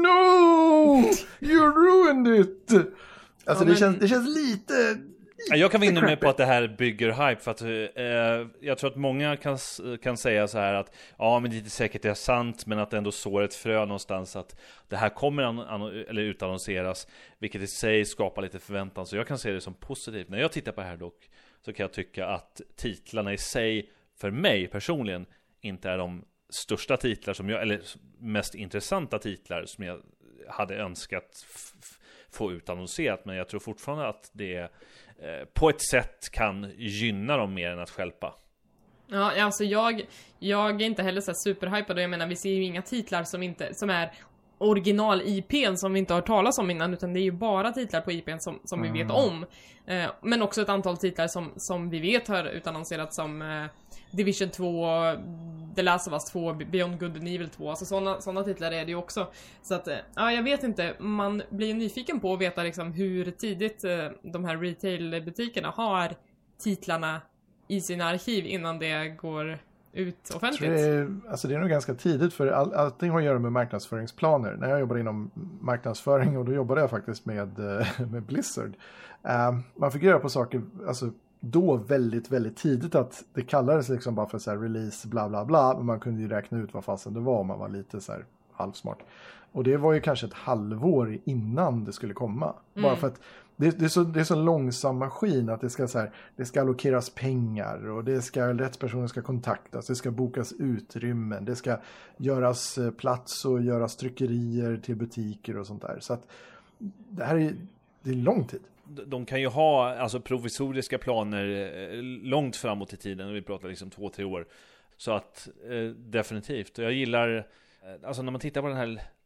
Speaker 3: no, you ruined it. Alltså ja, det, men... känns, det känns lite...
Speaker 2: Jag kan vinna med på att det här bygger hype, för att eh, jag tror att många kan, kan säga så här att ja, men det är inte säkert det är sant, men att det ändå sår ett frö någonstans att det här kommer an, an, eller utannonseras, vilket i sig skapar lite förväntan. Så jag kan se det som positivt. När jag tittar på det här dock, så kan jag tycka att titlarna i sig för mig personligen inte är de största titlar som jag, eller mest intressanta titlar som jag hade önskat f- få utannonserat, men jag tror fortfarande att det på ett sätt kan gynna dem mer än att stjälpa.
Speaker 1: Ja, alltså jag, jag är inte heller så superhypad, och jag menar, vi ser ju inga titlar som, inte, som är original-I P:n som vi inte har talat om innan, utan det är ju bara titlar på I P:n som, som mm. vi vet om. Eh, men också ett antal titlar som, som vi vet har utannonserats, som eh, Division två, The Last of Us två, Beyond Good and Evil två. Alltså sådana såna titlar är det ju också. Så att, eh, ja, jag vet inte. Man blir ju nyfiken på att veta liksom hur tidigt eh, de här retailbutikerna har titlarna i sina arkiv innan det går ut offentligt.
Speaker 3: Det är, alltså det är nog ganska tidigt, för all, allting har att göra med marknadsföringsplaner. När jag jobbade inom marknadsföring, och då jobbade jag faktiskt med, med Blizzard. Uh, man fick göra på saker alltså, då väldigt, väldigt tidigt, att det kallades liksom bara för så här release bla bla bla, men man kunde ju räkna ut vad fasen det var om man var lite så här halvsmart. Och det var ju kanske ett halvår innan det skulle komma. Mm. Bara för att det, det, är så, det är så långsam maskin att det ska, så här, det ska allokeras pengar, och det ska, rätt personer ska kontaktas, det ska bokas utrymmen, det ska göras plats och göras tryckerier till butiker och sånt där. Så att det här är, det är lång tid.
Speaker 2: De kan ju ha alltså provisoriska planer långt framåt i tiden, vi pratar liksom två, tre år. Så att eh, definitivt. Och jag gillar, alltså när man tittar på den här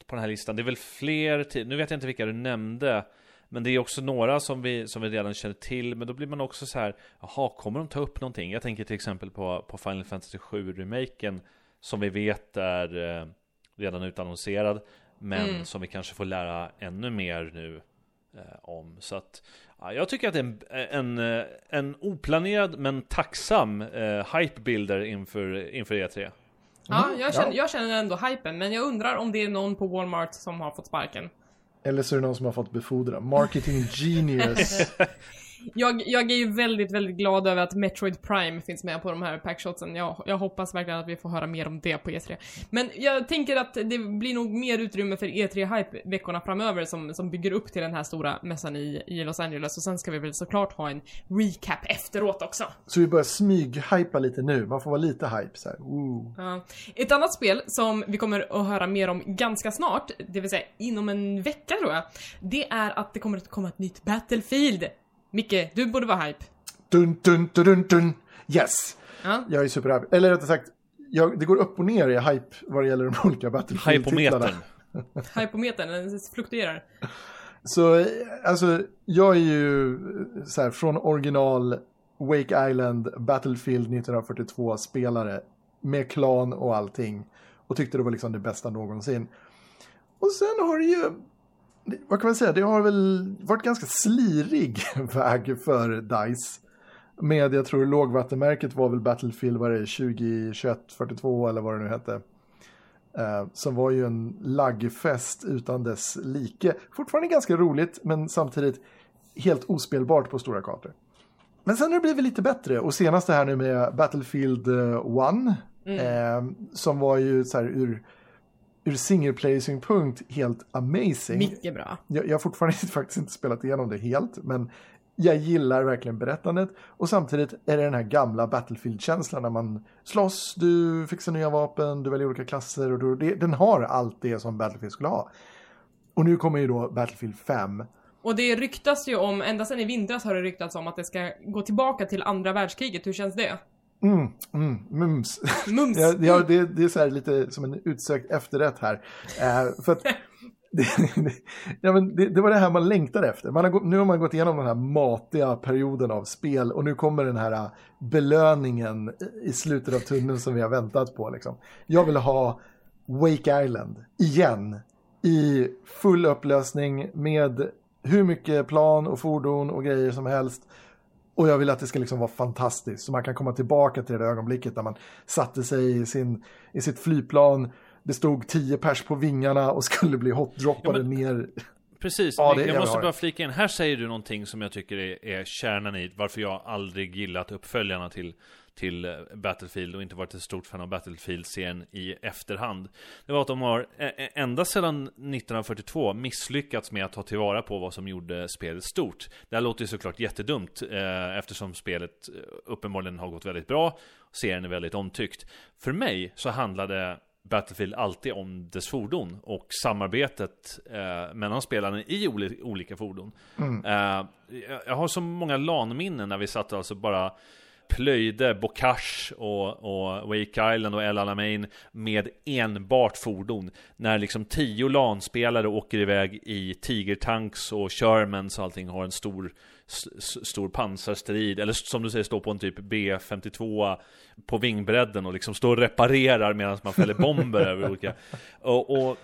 Speaker 2: på den här listan. Det är väl fler till, nu vet jag inte vilka du nämnde, men det är också några som vi, som vi redan känner till. Men då blir man också så här, jaha, kommer de ta upp någonting? Jag tänker till exempel på, på Final Fantasy sju-remaken, som vi vet är eh, redan utannonserad, men mm. som vi kanske får lära ännu mer nu eh, om. Så att ja, jag tycker att det är en, en, en oplanerad men tacksam eh, hypebuilder inför, inför E tre. Mm.
Speaker 1: Ja, jag känner, jag känner ändå hypen, men jag undrar om det är någon på Walmart som har fått sparken.
Speaker 3: Eller så är det någon som har fått befordra. Marketing genius.
Speaker 1: jag, jag är ju väldigt, väldigt glad över att Metroid Prime finns med på de här packshotsen. Jag, jag hoppas verkligen att vi får höra mer om det på E tre. Men jag tänker att det blir nog mer utrymme för E tre-hype veckorna framöver som, som bygger upp till den här stora mässan i, i Los Angeles. Och sen ska vi väl såklart ha en recap efteråt också.
Speaker 3: Så vi börjar smyg-hypa lite nu. Man får vara lite hype så här. Ooh.
Speaker 1: Ja. Ett annat spel som vi kommer att höra mer om ganska snart, det vill säga inom en vecka tror jag, det är att det kommer att komma ett nytt Battlefield. Micke, du borde vara hype.
Speaker 3: Dun, dun, dun, dun, dun. Yes!
Speaker 1: Ja.
Speaker 3: Jag är superhype. Eller rättare sagt, jag, det går upp och ner i hype vad det gäller de olika Battlefield-titlarna.
Speaker 2: Hypometern.
Speaker 1: Hypometern, den fluktuerar.
Speaker 3: Så, alltså, jag är ju så här, från original Wake Island Battlefield nittonhundrafyrtiotvå spelare med klan och allting. Och tyckte det var liksom det bästa någonsin. Och sen har det ju... Vad kan man säga? Det har väl varit ganska slirig väg för DICE. Med, jag tror lågvattenmärket var väl Battlefield var det tjugo tjugoett fyrtiotvå eller vad det nu hette. Uh, som var ju en laggfest utan dess like. Fortfarande ganska roligt, men samtidigt helt ospelbart på stora kartor. Men sen har det blivit lite bättre. Och senast det här nu med Battlefield ett. Mm. Uh, som var ju så här ur... ur singleplayer-synpunkt helt amazing.
Speaker 1: Mycket bra.
Speaker 3: Jag, jag har fortfarande faktiskt inte spelat igenom det helt, men jag gillar verkligen berättandet. Och samtidigt är det den här gamla Battlefield-känslan när man slåss, du fixar nya vapen, du väljer olika klasser och du, det, den har allt det som Battlefield skulle ha. Och nu kommer ju då Battlefield fem.
Speaker 1: Och det ryktas ju om, ända sedan i vintras har det ryktats om att det ska gå tillbaka till andra världskriget. Hur känns det?
Speaker 3: Mm, mm, mums.
Speaker 1: Mums.
Speaker 3: ja, ja, det, det är så här lite som en utsökt efterrätt här. Uh, för att det, det, ja, men det, det var det här man längtade efter. Man har gå, nu har man gått igenom den här matiga perioden av spel och nu kommer den här belöningen i slutet av tunneln som vi har väntat på. Liksom. Jag vill ha Wake Island igen i full upplösning med hur mycket plan och fordon och grejer som helst. Och jag vill att det ska liksom vara fantastiskt. Så man kan komma tillbaka till det ögonblicket där man satte sig i, sin, i sitt flygplan. Det stod tio pers på vingarna och skulle bli hotdroppade ja, men, ner.
Speaker 2: Precis, ja, det, jag, jag måste bara flika in. Här säger du någonting som jag tycker är, är kärnan i varför jag aldrig gillat uppföljarna till, till Battlefield och inte varit ett stort fan av Battlefield-serien i efterhand. Det var att de har ända sedan nittonhundrafyrtiotvå misslyckats med att ta tillvara på vad som gjorde spelet stort. Det här låter ju såklart jättedumt eh, eftersom spelet uppenbarligen har gått väldigt bra. Serien är väldigt omtyckt. För mig så handlade Battlefield alltid om dess fordon och samarbetet eh, mellan spelarna i oli- olika fordon. Mm. Eh, jag, jag har så många LAN-minnen när vi satt alltså bara plöjde Bokash och, och Wake Island och El Alamein med enbart fordon. När liksom tio LAN-spelare åker iväg i Tiger-tanks och Shermans och allting har en stor s- stor pansarstrid. Eller som du säger, står på en typ B femtiotvå på vingbredden och liksom står och reparerar medan man fäller bomber över olika. Och, och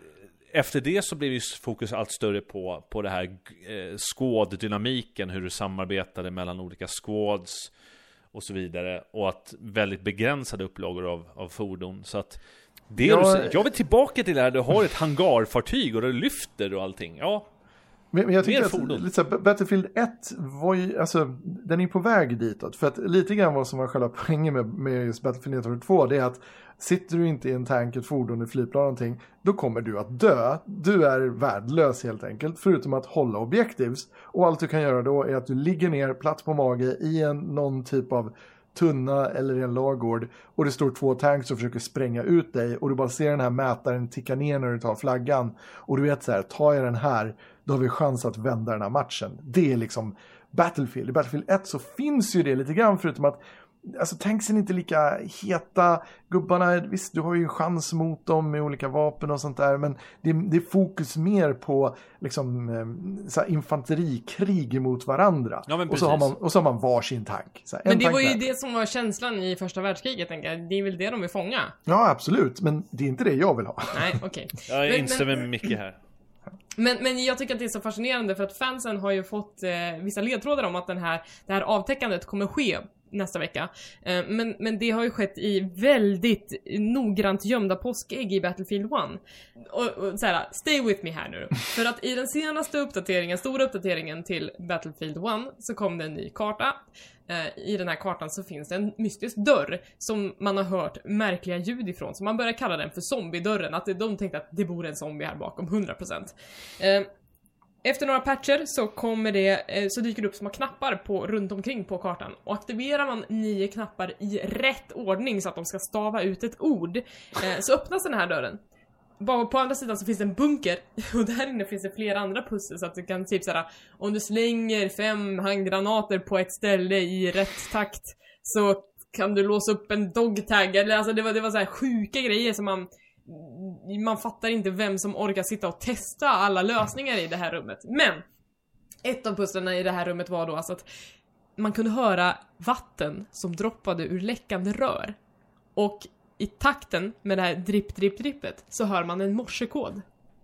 Speaker 2: efter det så blev ju fokus allt större på, på det här eh, squad-dynamiken, hur du samarbetade mellan olika squads och så vidare, och att väldigt begränsade upplagor av, av fordon. Så att det jag, du, jag vill tillbaka till det här, du har ett hangarfartyg och du lyfter och allting. Ja,
Speaker 3: men, men jag tycker att lite så här, Battlefield ett var ju, alltså, den är på väg ditåt. För att lite grann vad som var själva poängen med, med just Battlefield nittonhundratvå, det är att sitter du inte i en tank, ett fordon, ett flygplan någonting, då kommer du att dö. Du är värdelös helt enkelt, förutom att hålla objectives. Och allt du kan göra då är att du ligger ner platt på mage i en, någon typ av tunna eller en lagård, och det står två tanks som försöker spränga ut dig, och du bara ser den här mätaren ticka ner när du tar flaggan. Och du vet så här, tar jag den här, då har vi chans att vända den här matchen. Det är liksom Battlefield. I Battlefield ett så finns ju det lite grann, förutom att alltså tanksen är inte lika heta. Gubbarna, visst du har ju en chans mot dem med olika vapen och sånt där, men det, det är fokus mer på liksom så här, infanterikrig mot varandra.
Speaker 2: Ja,
Speaker 3: och, så har man, och så har man varsin tank. Så här,
Speaker 1: men det
Speaker 3: tank
Speaker 1: var ju
Speaker 3: där.
Speaker 1: det som var känslan i första världskriget, tänker jag. Det är väl det de vill fånga?
Speaker 3: Ja, absolut, men det är inte det jag vill ha.
Speaker 1: Nej, okej. Okay.
Speaker 2: Jag
Speaker 1: men,
Speaker 2: instämmer
Speaker 1: men...
Speaker 2: med Micke här.
Speaker 1: Men, men jag tycker att det är så fascinerande för att fansen har ju fått eh, vissa ledtrådar om att den här, det här avtäckandet kommer ske nästa vecka. Eh, men, men det har ju skett i väldigt noggrant gömda påskägg i Battlefield one. Och, och så här, stay with me här nu. För att i den senaste uppdateringen, stora uppdateringen till Battlefield one så kom det en ny karta. Eh, I den här kartan så finns det en mystisk dörr som man har hört märkliga ljud ifrån. Så man börjar kalla den för zombiedörren. Att de tänkte att det bor en zombie här bakom, hundra procent. Eh, Efter några patcher så kommer det, så dyker det upp små knappar på, runt omkring på kartan. Och aktiverar man nio knappar i rätt ordning så att de ska stava ut ett ord, så öppnas den här dörren. Bara på andra sidan så finns det en bunker. Och där inne finns det flera andra pussel. Så att du kan typ såhär, om du slänger fem handgranater på ett ställe i rätt takt så kan du låsa upp en dogtag. Eller alltså det var, det var så här sjuka grejer som man... Man fattar inte vem som orkar sitta och testa alla lösningar i det här rummet. Men ett av pusslarna i det här rummet var då alltså att man kunde höra vatten som droppade ur läckande rör. Och i takten med det här dripp, dripp, drippet så hör man en morsekod.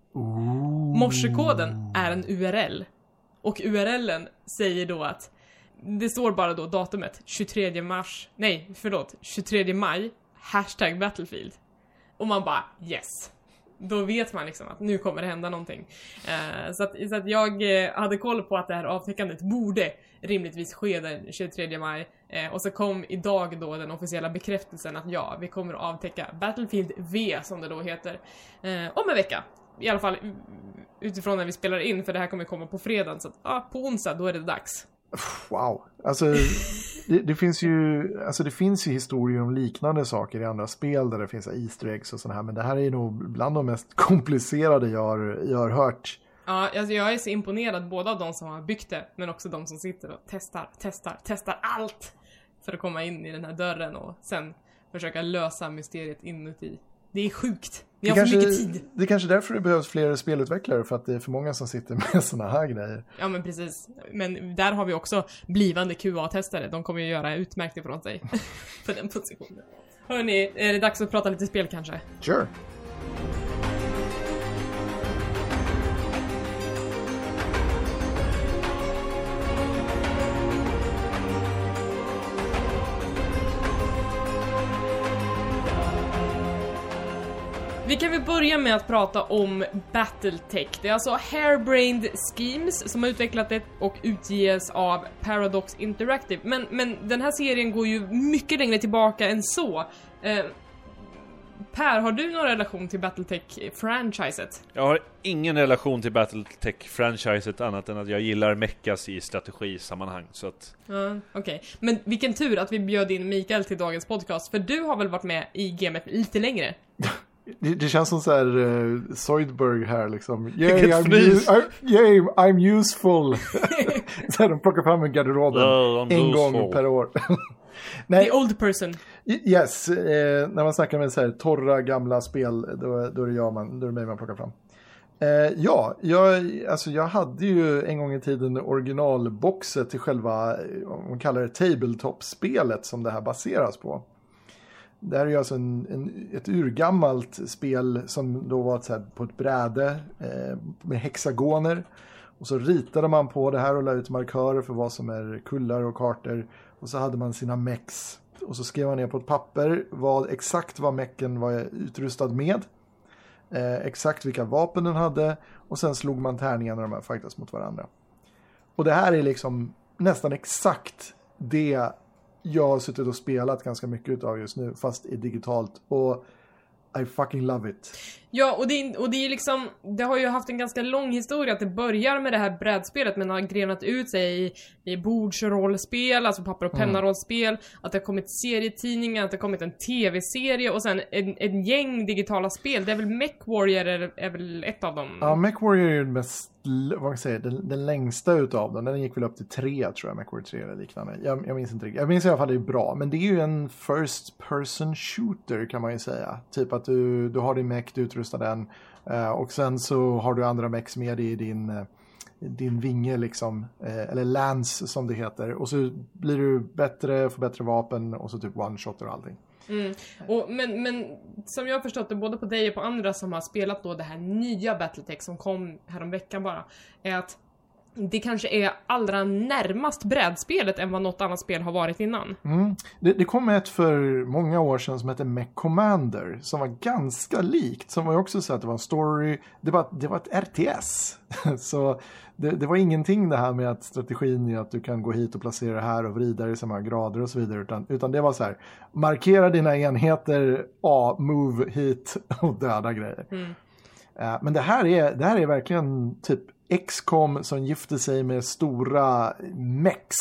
Speaker 3: Ooh.
Speaker 1: Morsekoden är en U R L. Och U R L:en säger då att det står bara då datumet tjugotredje mars. Nej, förlåt. tjugotredje maj. Hashtag Battlefield. Och man bara, yes. Då vet man liksom att nu kommer det hända någonting. Uh, så, att, så att jag uh, hade koll på att det här avtäckandet borde rimligtvis ske den tjugotredje maj. Uh, och så kom idag då den officiella bekräftelsen att ja, vi kommer att avtäcka Battlefield V som det då heter. Uh, om en vecka. I alla fall utifrån när vi spelar in, för det här kommer komma på fredag. Så att uh, på onsdag då är det dags.
Speaker 3: Wow, alltså det, det finns ju alltså det finns ju historier om liknande saker i andra spel där det finns Easter eggs och sådana här, men det här är nog bland de mest komplicerade jag har, jag har hört.
Speaker 1: Ja, alltså jag är så imponerad både av de som har byggt det, men också de som sitter och testar, testar, testar allt för att komma in i den här dörren och sen försöka lösa mysteriet inuti. Det är sjukt. Vi har
Speaker 3: det
Speaker 1: för
Speaker 3: kanske,
Speaker 1: mycket tid.
Speaker 3: Det är kanske därför det behövs fler spelutvecklare, för att det är för många som sitter med såna här grejer.
Speaker 1: Ja, men precis. Men där har vi också blivande Q A-testare. De kommer ju göra utmärkt ifrån sig för den positionen. Hörrni, är det dags att prata lite spel kanske?
Speaker 3: Sure.
Speaker 1: Vi kan väl börja med att prata om Battletech. Det är alltså Harebrained Schemes som har utvecklat det och utges av Paradox Interactive. Men, men den här serien går ju mycket längre tillbaka än så. Eh, Per, har du någon relation till Battletech-franchiset?
Speaker 2: Jag har ingen relation till Battletech-franchiset annat än att jag gillar mechas i strategisammanhang. Så att...
Speaker 1: Ja, okej. Okay. Men vilken tur att vi bjöd in Mikael till dagens podcast. För du har väl varit med i gamet lite längre?
Speaker 3: Det, det känns som så här uh, Zoidberg här liksom. Yay, I'm, u- I, yay, I'm useful. Så här, de plockar fram en garderoben
Speaker 2: oh,
Speaker 3: en
Speaker 2: useful.
Speaker 3: gång per år. Nej.
Speaker 1: The old person.
Speaker 3: Yes, eh, när man snackar med så här torra gamla spel, då, då är det jag man, då är det mig man plockar fram. Eh, ja, jag, alltså jag hade ju en gång i tiden originalboxet till själva, om man kallar det tabletop-spelet som det här baseras på. Det här är ju alltså en, en, ett urgammalt spel som då var så här på ett bräde eh, med hexagoner. Och så ritade man på det här och la ut markörer för vad som är kullar och kartor. Och så hade man sina mechs. Och så skrev man ner på ett papper vad, exakt vad mechen var utrustad med. Eh, exakt vilka vapen den hade. Och sen slog man tärningar när de här fightas mot varandra. Och det här är liksom nästan exakt det jag har suttit och spelat ganska mycket av just nu, fast är digitalt. Och I fucking love it.
Speaker 1: Ja, och det, och det är liksom, det har ju haft en ganska lång historia att det börjar med det här brädspelet men har grenat ut sig i, i bordsrollspel, alltså papper- och pennarollspel, mm. att det har kommit serietidningar, att det har kommit en tv-serie och sen en, en gäng digitala spel. Det är väl MechWarrior är, är väl ett av dem?
Speaker 3: Ja, MechWarrior är den mest, vad kan jag säga, den, den längsta utav dem. Den gick väl upp till tre, tror jag, MechWarrior tre eller liknande. Jag, jag minns inte riktigt. Jag minns i alla fall det är bra, men det är ju en first person shooter kan man ju säga. Typ att du, du har din mech, du utrustar den uh, och sen så har du andra mechs med i din, uh, din vinge liksom, uh, eller lance som det heter. Och så blir du bättre, får bättre vapen och så typ one-shot och allting.
Speaker 1: Mm. Och, men, men som jag har förstått det, både på dig och på andra som har spelat då det här nya Battletech som kom häromveckan bara, är att det kanske är allra närmast brädspelet än vad något annat spel har varit innan.
Speaker 3: Mm. Det, det kom ett för många år sedan som hette Mech Commander som var ganska likt, som var ju också så att det var en story, det var, det var ett R T S. Så det, det var ingenting det här med att strategin är att du kan gå hit och placera det här och vrida i samma grader och så vidare, utan, utan det var så här, markera dina enheter, A, move hit och döda grejer. Mm. Uh, men det här, är, det här är verkligen typ X COM som gifter sig med stora mechs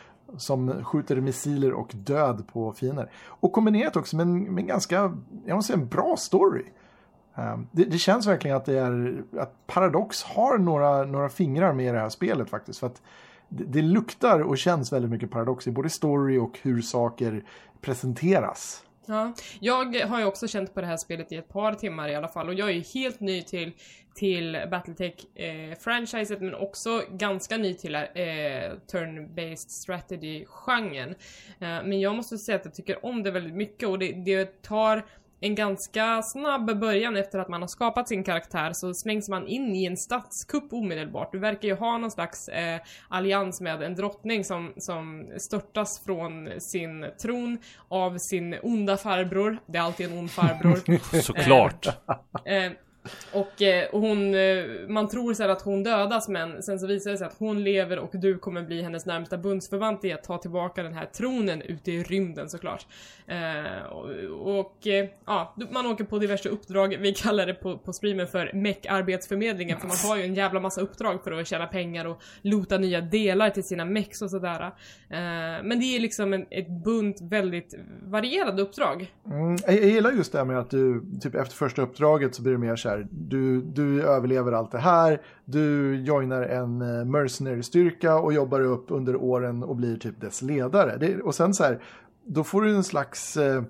Speaker 3: som skjuter missiler och död på fiender. Och kombinerat också med en, med en ganska, jag måste säga, en bra story. Um, det, det känns verkligen att det är att Paradox har några, några fingrar med i det här spelet faktiskt. För att det, det luktar och känns väldigt mycket Paradox i både story och hur saker presenteras.
Speaker 1: Ja, jag har ju också känt på det här spelet i ett par timmar i alla fall, och jag är ju helt ny till, till Battletech-franchiset eh, men också ganska ny till eh, turn-based strategy-genren. Eh, men jag måste säga att jag tycker om det väldigt mycket, och det, det tar en ganska snabb början efter att man har skapat sin karaktär, så slängs man in i en statskupp omedelbart. Du verkar ju ha någon slags eh, allians med en drottning som, som störtas från sin tron av sin onda farbror. Det är alltid en ond farbror.
Speaker 2: Såklart.
Speaker 1: Eh, eh, Och, och hon, man tror så här att hon dödas, men sen så visar det sig att hon lever och du kommer bli hennes närmsta bundsförvant i att ta tillbaka den här tronen ute i rymden, såklart. Eh, och, och ja, man åker på diverse uppdrag. Vi kallar det på, på streamen för mech-arbetsförmedlingen, för man har ju en jävla massa uppdrag för att tjäna pengar och loota nya delar till sina mechs och sådär. Eh, men det är liksom en, ett bunt väldigt varierade uppdrag.
Speaker 3: Mm, jag, jag gillar just det här med att du, typ efter första uppdraget så blir det mer så här, Du, du överlever allt det här, du joinar en mercenary-styrka och jobbar upp under åren och blir typ dess ledare. Det, och sen så här, då får du en slags eh,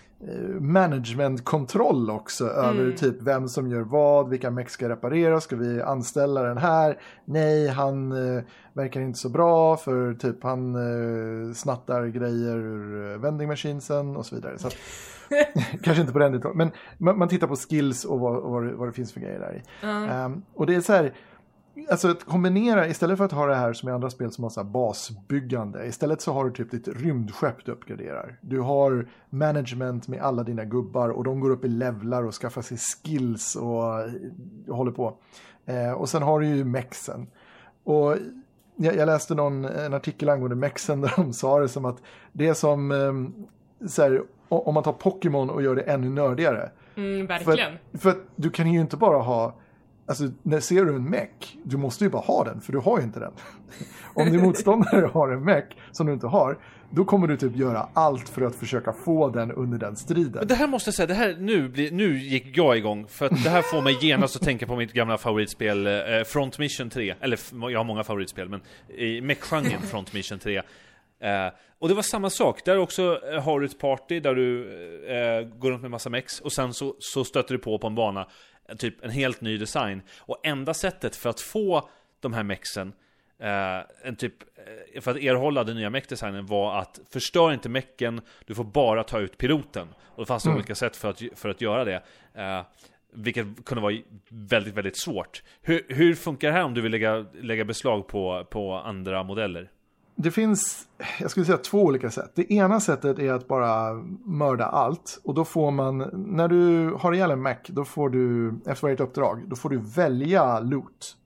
Speaker 3: management-kontroll också mm. över typ vem som gör vad, vilka mech ska reparera, ska vi anställa den här? Nej, han eh, verkar inte så bra för typ han eh, snattar grejer ur vending machinesen och så vidare. Så att, kanske inte på den nivån, men man, man tittar på skills och vad, vad, det, vad det finns för grejer där i. Mm. Um, och det är så här, alltså att kombinera, istället för att ha det här som i andra spel som har så här basbyggande, istället så har du typ ditt rymdskepp du uppgraderar. Du har management med alla dina gubbar och de går upp i levlar och skaffar sig skills och, och håller på. Uh, och sen har du ju mexen. Och jag, jag läste någon, en artikel angående mexen där de sa det som att det är som um, så här, om man tar Pokémon och gör det ännu nördigare.
Speaker 1: Mm, verkligen.
Speaker 3: För, för att du kan ju inte bara ha, alltså när ser du en mech, du måste ju bara ha den, för du har ju inte den. Om din motståndare har en mech som du inte har, då kommer du typ göra allt för att försöka få den under den striden.
Speaker 2: Men det här måste jag säga, det här, nu, blir, nu gick jag igång, för att det här får mig genast att tänka på mitt gamla favoritspel eh, Front Mission tre. Eller jag har många favoritspel, men i mech-genren Front Mission tre. Uh, och det var samma sak. Där också uh, har du ett party där du uh, går runt med massa mex, och sen så, så stöter du på på en bana uh, typ en helt ny design. Och enda sättet för att få de här mexen uh, en typ, uh, för att erhålla den nya mech-designen var att förstör inte mechen, du får bara ta ut piloten. Och det fanns mm. olika sätt för att, för att göra det. Uh, Vilket kunde vara väldigt, väldigt svårt. Hur, hur funkar det här om du vill lägga, lägga beslag på, på andra modeller?
Speaker 3: Det finns, jag skulle säga, två olika sätt. Det ena sättet är att bara mörda allt. Och då får man, när du har ihjäl en mech, då får du, efter varje uppdrag, då får du välja loot.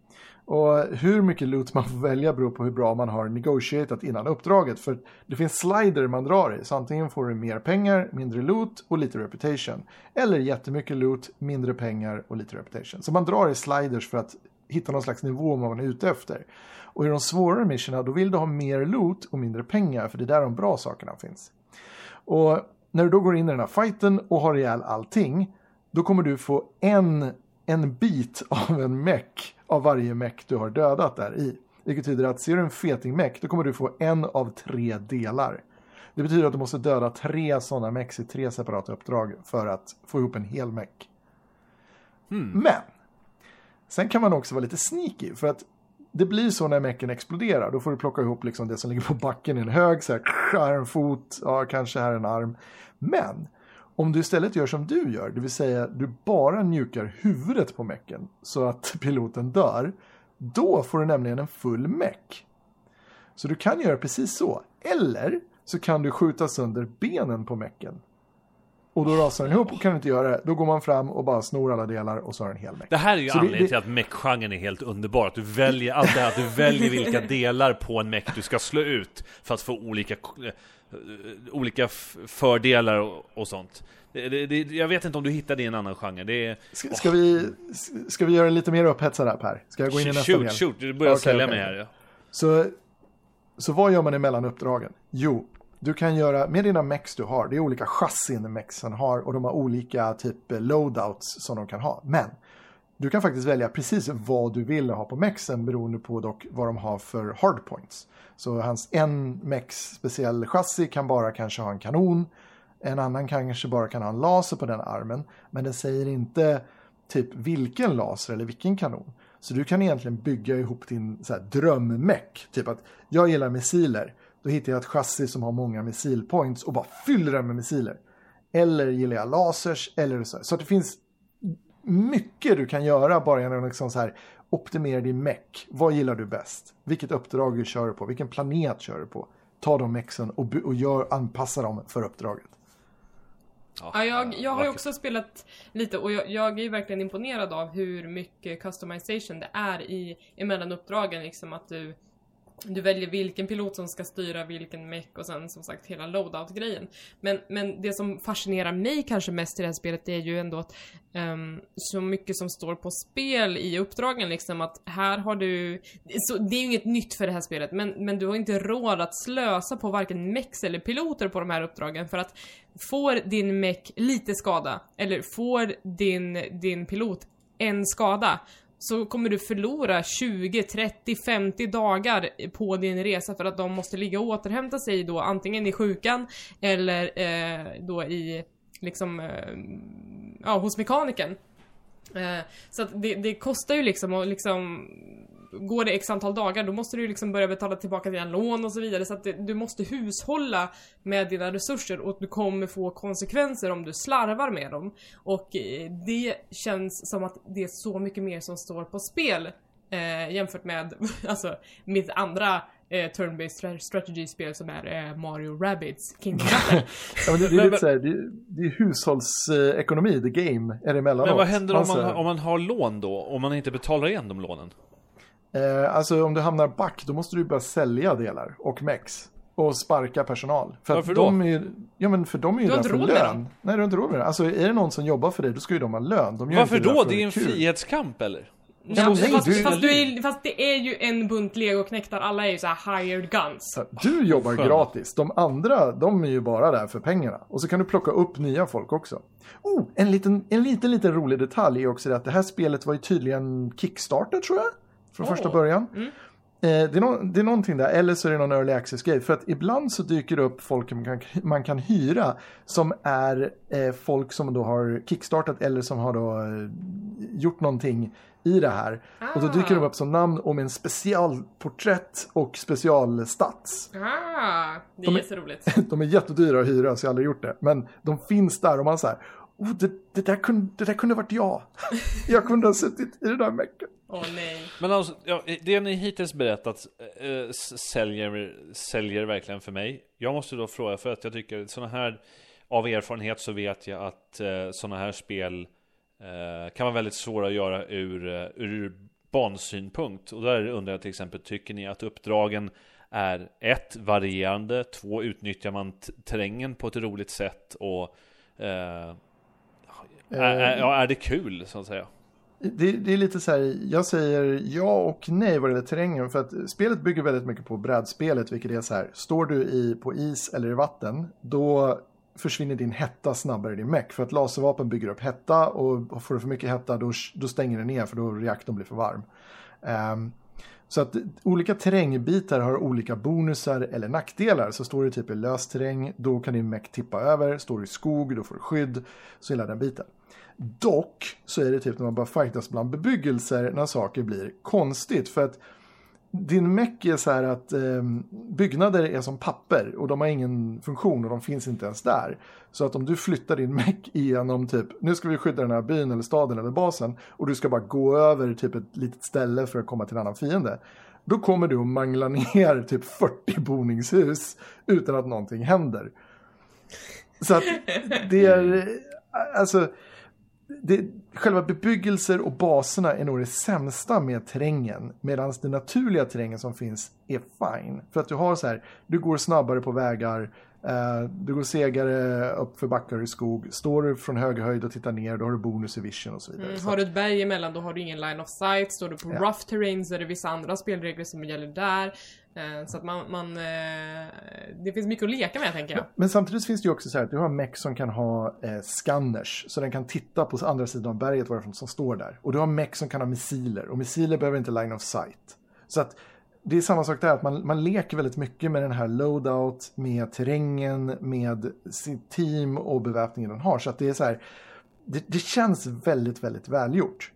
Speaker 3: Och hur mycket loot man får välja beror på hur bra man har negotiatat innan uppdraget. För det finns slider man drar i. Så antingen får du mer pengar, mindre loot och lite reputation. Eller jättemycket loot, mindre pengar och lite reputation. Så man drar i sliders för att hitta någon slags nivå om vad man är ute efter. Och i de svårare missionerna då vill du ha mer loot och mindre pengar. För det är där de bra sakerna finns. Och när du då går in i den här fighten och har ihjäl allting. Då kommer du få en, en bit av en mech av varje mech du har dödat där i. Det betyder att ser du en feting mech då kommer du få en av tre delar. Det betyder att du måste döda tre sådana mechs i tre separata uppdrag för att få ihop en hel mech. Hmm. Men sen kan man också vara lite sneaky för att det blir så när mechen exploderar. Då får du plocka ihop liksom det som ligger på backen i en hög. Så här, här en fot, ja, kanske här en arm. Men om du istället gör som du gör, det vill säga du bara njukar huvudet på mechen så att piloten dör, då får du nämligen en full mech. Så du kan göra precis så. Eller så kan du skjuta sönder benen på mechen. Och då rasar den ihop och kan du inte göra det. Då går man fram och bara snor alla delar och så har en hel mech.
Speaker 2: Det här är ju
Speaker 3: så
Speaker 2: anledningen
Speaker 3: det,
Speaker 2: till att mech-genren är helt underbar. Att du väljer allt det här, att du väljer vilka delar på en mech du ska slå ut för att få olika, olika fördelar och, och sånt. Det, det, det, jag vet inte om du hittar det i en annan genre. Det är,
Speaker 3: ska, ska, oh. vi, ska vi göra lite mer upphetsad här, Per? Ska jag gå in i nästa
Speaker 2: shoot,
Speaker 3: del?
Speaker 2: Shoot, du börjar okay, sälja okay. mig här. Ja.
Speaker 3: Så, så vad gör man emellan uppdragen? Jo, du kan göra, med dina mechs du har, det är olika chassin mechsen har och de har olika typ loadouts som de kan ha. Men du kan faktiskt välja precis vad du vill ha på mechsen beroende på dock vad de har för hardpoints. Så hans en mechs speciell chassi kan bara kanske ha en kanon. En annan kanske bara kan ha en laser på den armen. Men den säger inte typ vilken laser eller vilken kanon. Så du kan egentligen bygga ihop din så här, drömmech. Typ att jag gillar missiler. Då hittar jag ett chassi som har många missilpoints och bara fyller den med missiler. Eller gillar jag lasers eller så. Så att det finns mycket du kan göra bara genom att liksom så här, optimera din mech. Vad gillar du bäst? Vilket uppdrag du kör på? Vilken planet kör du på? Ta de mechsen och, och gör, anpassa dem för uppdraget.
Speaker 1: Ja, jag, jag har ju också spelat lite och jag, jag är verkligen imponerad av hur mycket customization det är i emellan uppdragen. Liksom att du, du väljer vilken pilot som ska styra vilken mech och sen som sagt hela loadout-grejen. Men, men det som fascinerar mig kanske mest i det här spelet det är ju ändå att um, så mycket som står på spel i uppdragen. Liksom att här har du... Så, det är ju inget nytt för det här spelet men, men du har inte råd att slösa på varken mechs eller piloter på de här uppdragen. För att får din mech lite skada eller får din, din pilot en skada så kommer du förlora tjugo, trettio, femtio dagar på din resa för att de måste ligga och återhämta sig då antingen i sjukan eller eh, då i liksom eh, ja, hos mekanikern. Eh, så att det, det kostar ju liksom och liksom går det x antal dagar då måste du liksom börja betala tillbaka dina lån och så vidare så att det, du måste hushålla med dina resurser och du kommer få konsekvenser om du slarvar med dem och eh, det känns som att det är så mycket mer som står på spel eh, jämfört med alltså mitt andra eh, turn-based strategy-spel som är eh, Mario Rabbids Kingdom Battle.
Speaker 3: Ja, men det, det är lite så här, det, det är hushållsekonomi, the game är det emellanåt.
Speaker 2: Men vad händer om man, om man har lån då om man inte betalar igen de lånen?
Speaker 3: Eh, alltså om du hamnar back då måste du börja sälja delar och mex och sparka personal. För
Speaker 2: Varför
Speaker 3: att
Speaker 2: då?
Speaker 3: De är, ja men för de är ju där för lön. Nej, du har inte råd med det. Alltså är det någon som jobbar för dig då ska ju de ha lön. De
Speaker 2: Varför då? Det är en kul. frihetskamp eller?
Speaker 1: Ja, nej, fast, du, fast, du är, fast det är ju en bunt legoknektar. Alla är ju så här hired guns.
Speaker 3: Du jobbar gratis. De andra, de är ju bara där för pengarna. Och så kan du plocka upp nya folk också. Oh, en liten, en liten, liten rolig detalj är också det att det här spelet var ju tydligen Kickstarter tror jag. Från oh. första början. Mm. Eh, det, är no- det är någonting där. Eller så är det någon early access-grej. För att ibland så dyker det upp folk man kan, man kan hyra. Som är eh, folk som då har kickstartat. Eller som har då eh, gjort någonting i det här. Ah. Och då dyker de upp som namn om en specialporträtt och specialstats.
Speaker 1: Ah, det är jätteroligt.
Speaker 3: De är jättedyra att hyra så jag har aldrig gjort det. Men de finns där och man säger oh, det, det, där kunde, det där kunde varit jag. Jag kunde ha suttit i det där mäcket.
Speaker 1: Åh oh, nej.
Speaker 2: Men alltså, ja, det ni hittills berättat äh, säljer, säljer verkligen för mig. Jag måste då fråga för att jag tycker såna här, av erfarenhet så vet jag att äh, såna här spel äh, kan vara väldigt svåra att göra ur, ur bansynpunkt. Och där undrar jag till exempel, tycker ni att uppdragen är ett, varierande, två, utnyttjar man t- terrängen på ett roligt sätt, och eh, är, är, ja, är det kul så att säga?
Speaker 3: Det, det är lite så här, jag säger ja och nej vad det gäller terrängen, för att spelet bygger väldigt mycket på brädspelet, vilket är så här, står du i, på is eller i vatten, då försvinner din hetta snabbare i din mech, för att laservapen bygger upp hetta, och får du för mycket hetta då, då stänger det ner, för då reaktorn blir för varm. Um, så att olika terrängbitar har olika bonusar eller nackdelar. Så står du typ i lös terräng, då kan din mech tippa över. Står du i skog, då får du skydd. Så hela den biten. Dock så är det typ när man bara fightas bland bebyggelser när saker blir konstigt. För att din mech är så här att eh, byggnader är som papper och de har ingen funktion och de finns inte ens där. Så att om du flyttar din mech igenom typ, nu ska vi skydda den här byn eller staden eller basen, och du ska bara gå över typ ett litet ställe för att komma till en annan fiende, då kommer du att mangla ner typ fyrtio boningshus utan att någonting händer. Så att det är, alltså det, själva bebyggelser och baserna är nog det sämsta med terrängen, medan den naturliga terrängen som finns är fine. För att du har så här, du går snabbare på vägar, eh, du går segare upp för backar i skog, står du från hög höjd och tittar ner, då har du bonus i vision och så vidare.
Speaker 1: Mm,
Speaker 3: så
Speaker 1: har du ett berg emellan, då har du ingen line of sight. Står du på ja. rough terrain så är det vissa andra spelregler som gäller där. Så att man, man det finns mycket att leka med, tänker jag.
Speaker 3: Men, men samtidigt finns det ju också så här att du har mech som kan ha eh, scanners, så den kan titta på andra sidan av berget vad det är som står där. Och du har mech som kan ha missiler, och missiler behöver inte line of sight. Så att det är samma sak där, att man, man leker väldigt mycket med den här loadout, med terrängen, med sitt team och beväpningen den har. Så att det är så här, det, det känns väldigt, väldigt välgjort.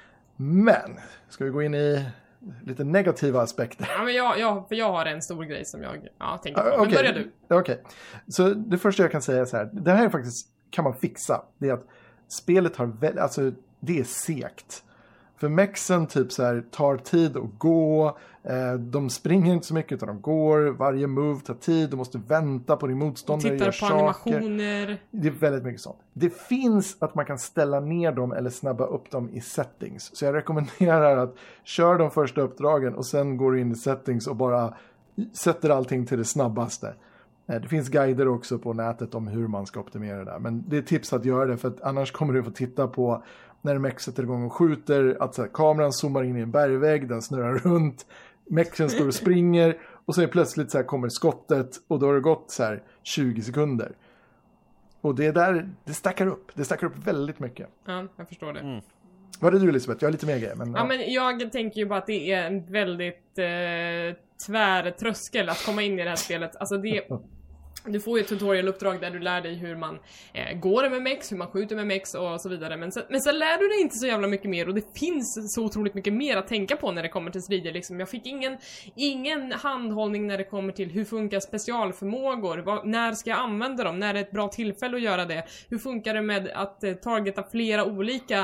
Speaker 3: Men, ska vi gå in i lite negativa aspekter?
Speaker 1: Ja, men jag, jag, för jag har en stor grej som jag ja, tänker på.
Speaker 3: Uh,
Speaker 1: men
Speaker 3: okay.
Speaker 1: börja du.
Speaker 3: Okej, okay. Så det första jag kan säga är så här, det här är faktiskt, kan man fixa. Det är att spelet har väl, alltså det är segt. För mexen typ så här tar tid att gå, eh, de springer inte så mycket utan de går, varje move tar tid, du måste vänta på din motståndare,
Speaker 1: tittar på
Speaker 3: saker.
Speaker 1: Animationer.
Speaker 3: Det är väldigt mycket sånt. Det finns att man kan ställa ner dem eller snabba upp dem i settings. Så jag rekommenderar att kör de första uppdragen och sen går du in i settings och bara sätter allting till det snabbaste. Det finns guider också på nätet om hur man ska optimera det där. Men det är tips att göra det, för att annars kommer du få titta på när mech sätter igång och skjuter, att så här, kameran zoomar in i en bergvägg, den snurrar runt, mechen står och springer, och så är plötsligt så här kommer skottet, och då har det gått så här tjugo sekunder. Och det där, det stackar upp. Det stackar upp väldigt mycket.
Speaker 1: Ja, jag förstår det.
Speaker 3: Mm. Vad är det du, Elisabeth? Jag har lite mer grejer. Men,
Speaker 1: ja. ja, men jag tänker ju bara att det är en väldigt eh, tvär tröskel att komma in i det här spelet. Alltså det... Du får ju ett tutorialuppdrag där du lär dig hur man eh, går med mex, hur man skjuter med mex och så vidare. Men sen, men sen lär du dig inte så jävla mycket mer, och det finns så otroligt mycket mer att tänka på när det kommer till strider. Liksom. Jag fick ingen, ingen handhållning när det kommer till hur funkar specialförmågor, vad, när ska jag använda dem, när är det ett bra tillfälle att göra det. Hur funkar det med att eh, targeta flera olika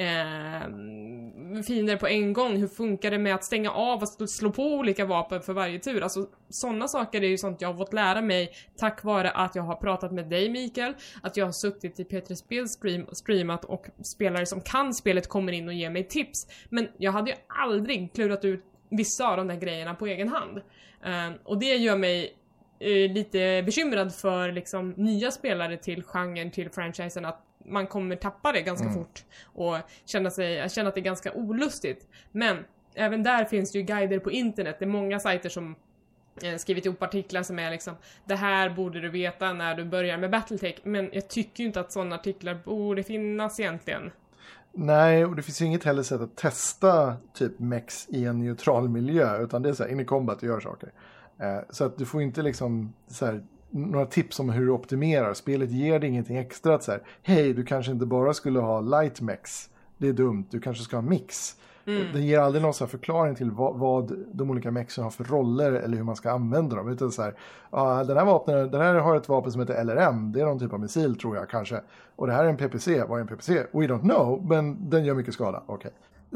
Speaker 1: eh, fiender på en gång. Hur funkar det med att stänga av och slå på olika vapen för varje tur. Alltså sådana saker är ju sånt jag har fått lära mig tack vare att jag har pratat med dig, Mikael, att jag har suttit i P tre Spel stream, streamat och spelare som kan spelet kommer in och ger mig tips. Men jag hade ju aldrig klurat ut vissa av de där grejerna på egen hand. Uh, och det gör mig uh, lite bekymrad för liksom nya spelare till genren, till franchisen, att man kommer tappa det ganska mm. fort och känna, sig, känna att det är ganska olustigt. Men även där finns det ju guider på internet. Det är många sajter som eh, skrivit ihop artiklar som är liksom, det här borde du veta när du börjar med Battletech. Men jag tycker ju inte att sådana artiklar borde finnas egentligen.
Speaker 3: Nej, och det finns ju inget heller sätt att testa typ mex i en neutral miljö, utan det är så här, in i combat och gör saker. Eh, så att du får inte liksom så här, några tips om hur du optimerar. Spelet ger dig ingenting extra att så här, hej, du kanske inte bara skulle ha light mex. Det är dumt, du kanske ska ha mix. Mm. Det ger aldrig någon så här förklaring till vad, vad de olika mexen har för roller eller hur man ska använda dem. Utan så här, ah, den här vapnen, den här har ett vapen som heter L R M. Det är någon typ av missil tror jag kanske. Och det här är en P P C. Vad är en P P C? We don't know, men den gör mycket skada. Okay.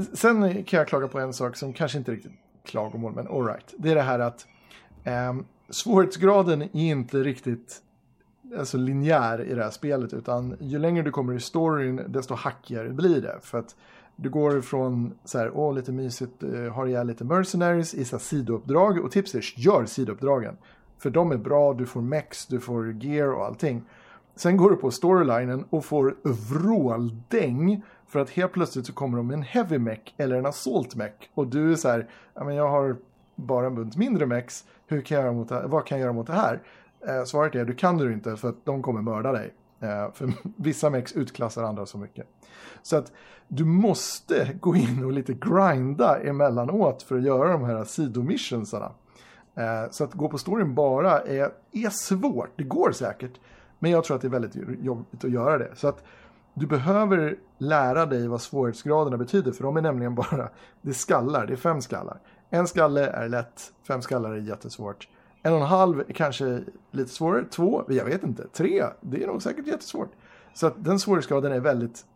Speaker 3: Sen kan jag klaga på en sak som kanske inte riktigt klagomål, men all right. Det är det här att um, svårighetsgraden är inte riktigt alltså linjär i det här spelet, utan ju längre du kommer i storyn desto hackigare blir det, för att Du går från så här, åh lite mysigt, eh, har jag lite mercenaries i så här sidouppdrag. Och tips är, gör sidouppdragen. För de är bra, du får mex, du får gear och allting. Sen går du på storylinen och får vråldäng. För att helt plötsligt så kommer de med en heavy mech eller en assault mech. Och du är så här, ja men jag har bara en bunt mindre mex. Hur kan jag göra mot det här? Vad kan jag göra mot det här? Eh, svaret är, du kan du inte för att de kommer mörda dig. Eh, för vissa mex utklassar andra så mycket. Så att du måste gå in och lite grinda emellanåt för att göra de här sidomissionsarna. Eh, så att gå på storyn bara är, är svårt. Det går säkert. Men jag tror att det är väldigt jobbigt att göra det. Så att du behöver lära dig vad svårighetsgraderna betyder. För de är nämligen bara, det är skallar, det är fem skallar. En skalle är lätt, fem skallar är jättesvårt. En och en halv är kanske lite svårare, två, jag vet inte, tre, det är nog säkert jättesvårt. Så att den svårighetsgraden är väldigt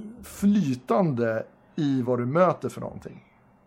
Speaker 3: flytande i vad du möter för någonting.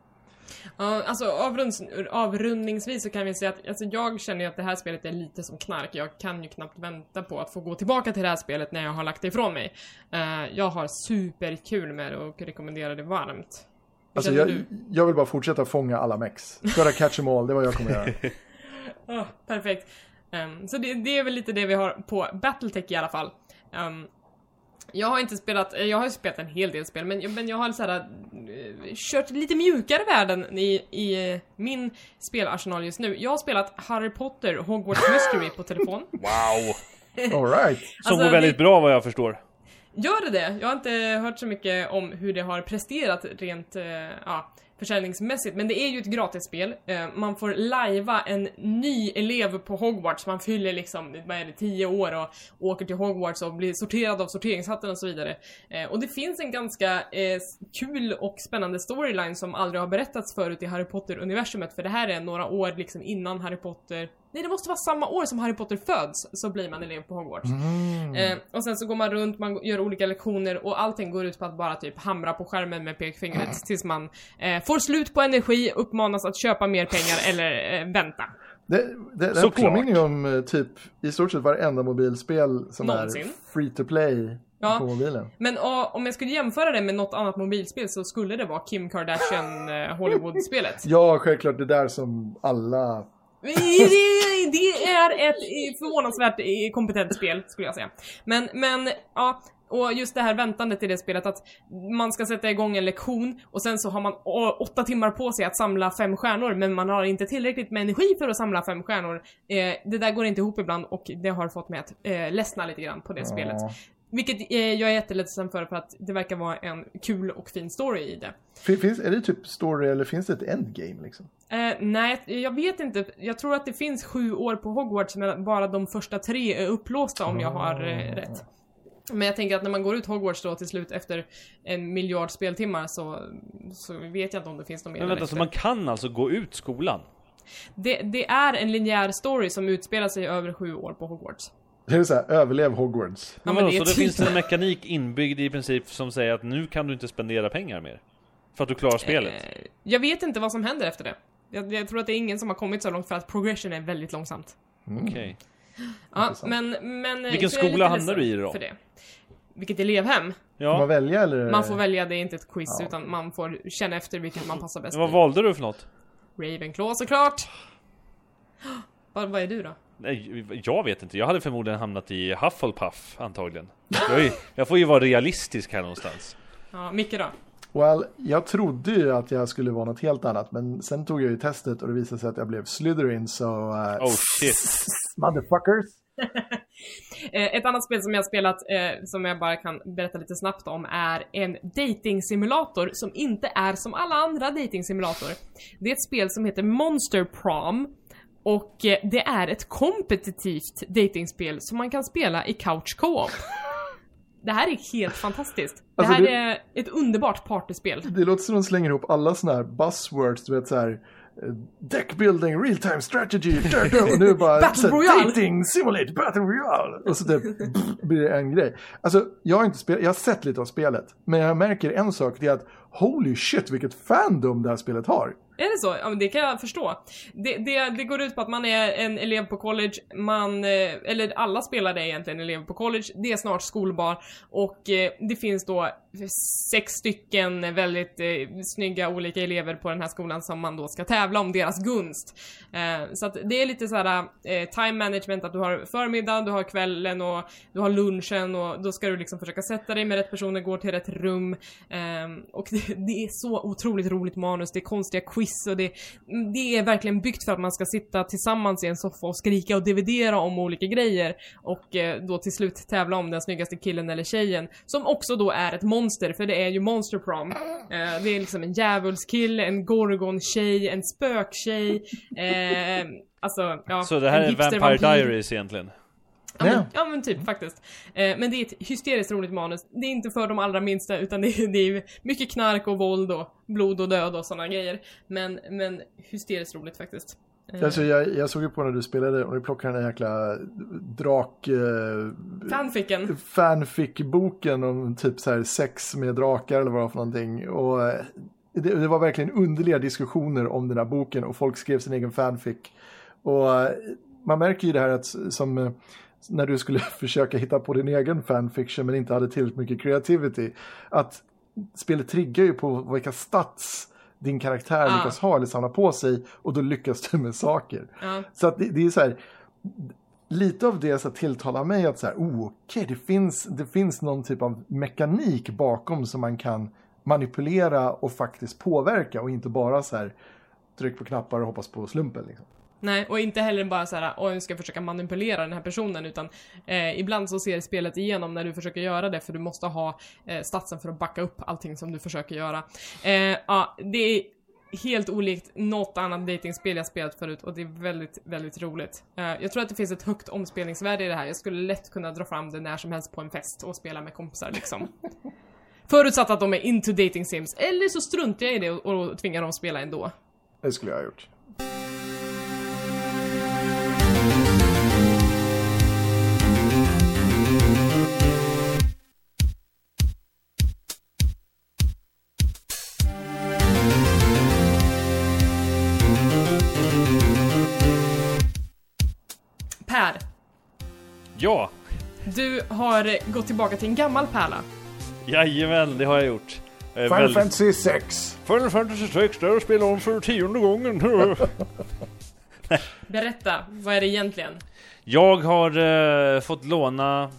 Speaker 1: Ja, alltså avrunds, avrundningsvis så kan vi säga att alltså, jag känner ju att det här spelet är lite som knark. Jag kan ju knappt vänta på att få gå tillbaka till det här spelet när jag har lagt det ifrån mig. Uh, jag har superkul med det och rekommenderar det varmt.
Speaker 3: Alltså jag, jag vill bara fortsätta fånga alla mex. Gotta catch them all, det var jag kommer göra.
Speaker 1: Oh, perfekt. Um, så det, det är väl lite det vi har på Battletech i alla fall. Um, jag har inte spelat, jag har ju spelat en hel del spel, men, men jag har så här, uh, kört lite mjukare världen i, i uh, min spelarsenal just nu. Jag har spelat Harry Potter Hogwarts Mystery på telefon.
Speaker 2: Wow!
Speaker 3: All right.
Speaker 2: Som alltså, går väldigt det, bra vad jag förstår.
Speaker 1: Gör det det? Jag har inte hört så mycket om hur det har presterat rent uh, ja, försäljningsmässigt, men det är ju ett gratisspel. Uh, man får lajva en ny elev på Hogwarts. Man fyller liksom, vad är det, tio år och åker till Hogwarts och blir sorterad av sorteringshatten och så vidare. Uh, och det finns en ganska uh, kul och spännande storyline som aldrig har berättats förut i Harry Potter-universumet, för det här är några år liksom innan Harry Potter. Nej, det måste vara samma år som Harry Potter föds, så blir man elev på Hogwarts. Mm. Eh, och sen så går man runt, man gör olika lektioner och allting går ut på att bara typ hamra på skärmen med pekfingret mm. tills man eh, får slut på energi, uppmanas att köpa mer pengar eller eh, vänta.
Speaker 3: Det, det, det påminner ju om typ i stort sett varenda mobilspel som någonsin är free to play. Ja, på mobilen.
Speaker 1: Men uh, om jag skulle jämföra det med något annat mobilspel så skulle det vara Kim Kardashian uh, Hollywood-spelet.
Speaker 3: Ja, självklart det där som alla...
Speaker 1: det, det är ett förvånansvärt kompetent spel skulle jag säga. Men, men ja, och just det här väntandet i det spelet att man ska sätta igång en lektion och sen så har man å, åtta timmar på sig att samla fem stjärnor, men man har inte tillräckligt med energi för att samla fem stjärnor. Eh, det där går inte ihop ibland och det har fått mig att eh, ledsna lite grann på det ja. spelet. Vilket eh, jag är jätteledsen för, för att det verkar vara en kul och fin story i det.
Speaker 3: Finns, är det typ story eller finns det ett endgame liksom?
Speaker 1: Eh, nej, jag vet inte. Jag tror att det finns sju år på Hogwarts, men bara de första tre är upplåsta om jag har eh, rätt. Men jag tänker att när man går ut Hogwarts då till slut efter en miljard speltimmar så, så vet jag inte om det finns någon mer.
Speaker 2: Men vänta, så man kan alltså gå ut skolan?
Speaker 1: Det, det är en linjär story som utspelar sig över sju år på Hogwarts.
Speaker 3: Det är så här, överlev Hogwarts.
Speaker 2: Ja, men det så det finns en mekanik inbyggd i princip som säger att nu kan du inte spendera pengar mer. För att du klarar spelet. Eh,
Speaker 1: jag vet inte vad som händer efter det. Jag, jag tror att det är ingen som har kommit så långt för att progression är väldigt långsamt.
Speaker 2: Mm. Okej. Okay.
Speaker 1: Ja, men, men...
Speaker 2: Vilken skola hamnar du i då?
Speaker 1: För det. Vilket elevhem?
Speaker 3: Ja. Får man välja eller?
Speaker 1: Man får välja, det är inte ett quiz ja. utan man får känna efter vilket man passar bäst.
Speaker 2: Vad valde du för något?
Speaker 1: Ravenclaw såklart. Vad, vad är du då?
Speaker 2: Nej, jag vet inte. Jag hade förmodligen hamnat i Hufflepuff antagligen. Jag, är, jag får ju vara realistisk här någonstans.
Speaker 1: Ja, Micke då?
Speaker 3: Well, jag trodde ju att jag skulle vara något helt annat, men sen tog jag ju testet och det visade sig att jag blev Slytherin, så... Uh,
Speaker 2: oh shit.
Speaker 3: Motherfuckers.
Speaker 1: Ett annat spel som jag har spelat, eh, som jag bara kan berätta lite snabbt om, är en dating-simulator som inte är som alla andra dating-simulator. Det är ett spel som heter Monster Prom. Och det är ett kompetitivt datingspel som man kan spela i couch co-op. Det här är helt fantastiskt. Det alltså här det, är ett underbart partyspel.
Speaker 3: Det låter som de slänger ihop alla såna här buzzwords, du vet så här deck building, real time strategy, och nu bara
Speaker 1: Battle Royale.
Speaker 3: Dating simulate Battle Royale. Och så det blir det en grej. Alltså jag har inte spelat, jag har sett lite av spelet, men jag märker en sak, det är att holy shit vilket fandom det här spelet har.
Speaker 1: Är det så? Ja, men det kan jag förstå. Det, det, det går ut på att man är en elev på college, man, eller alla spelare är egentligen elev på college, det är snart skolbar och eh, det finns då sex stycken väldigt eh, snygga olika elever på den här skolan som man då ska tävla om deras gunst. Eh, så att det är lite så här eh, time management, att du har förmiddag, du har kvällen och du har lunchen, och då ska du liksom försöka sätta dig med rätt personer, gå till rätt rum. Eh, och det, det är så otroligt roligt manus, det är konstiga quiz, och det, det är verkligen byggt för att man ska sitta tillsammans i en soffa och skrika och dividera om olika grejer, och eh, då till slut tävla om den snyggaste killen eller tjejen, som också då är ett monster, för det är ju Monster Prom. Eh, det är liksom en djävulskill, en gorgon-tjej, en spöktjej, eh, alltså, ja.
Speaker 2: Så det här är Vampire vampyr. Diaries egentligen?
Speaker 1: Ja men, ja men typ faktiskt. Eh, men det är ett hysteriskt roligt manus. Det är inte för de allra minsta, utan det är, det är mycket knark och våld och blod och död och sådana grejer. Men, men hysteriskt roligt faktiskt.
Speaker 3: Eh. Alltså jag, jag såg ju på när du spelade och du plockade den jäkla drak... Eh,
Speaker 1: Fanficken.
Speaker 3: Fanfic-boken om typ så här sex med drakar eller vad det var för någonting. Och eh, det, det var verkligen underliga diskussioner om den här boken, och folk skrev sin egen fanfic. Och eh, man märker ju det här att som... Eh, när du skulle försöka hitta på din egen fanfiction men inte hade tillräckligt mycket creativity, att spelet triggar ju på vilka stats din karaktär ah. lyckas ha eller samla på sig, och då lyckas du med saker. Ah. Så att det, det är så här, lite av det så tilltalar mig att så här, oh, okej, okay, det finns det finns någon typ av mekanik bakom som man kan manipulera och faktiskt påverka, och inte bara så här tryck på knappar och hoppas på slumpen liksom.
Speaker 1: Nej, och inte heller bara så här, åh, jag ska försöka manipulera den här personen, utan eh, ibland så ser spelet igenom när du försöker göra det, för du måste ha eh, statsen för att backa upp allting som du försöker göra. Eh, ja, det är helt olikt något annat datingspel jag spelat förut, och det är väldigt, väldigt roligt. Eh, jag tror att det finns ett högt omspelningsvärde i det här. Jag skulle lätt kunna dra fram det när som helst på en fest och spela med kompisar liksom. Förutsatt att de är into dating sims, eller så struntar jag i det och, och tvingar dem att spela ändå.
Speaker 3: Det skulle jag ha gjort.
Speaker 1: Per.
Speaker 2: Ja.
Speaker 1: Du har gått tillbaka till en gammal pärla.
Speaker 2: Jajamän, det har jag gjort.
Speaker 3: Final väldigt... Fantasy sex.
Speaker 2: Final Fantasy sex, där jag spelar om för tionde gången.
Speaker 1: Berätta, vad är det egentligen?
Speaker 2: Jag har uh, fått låna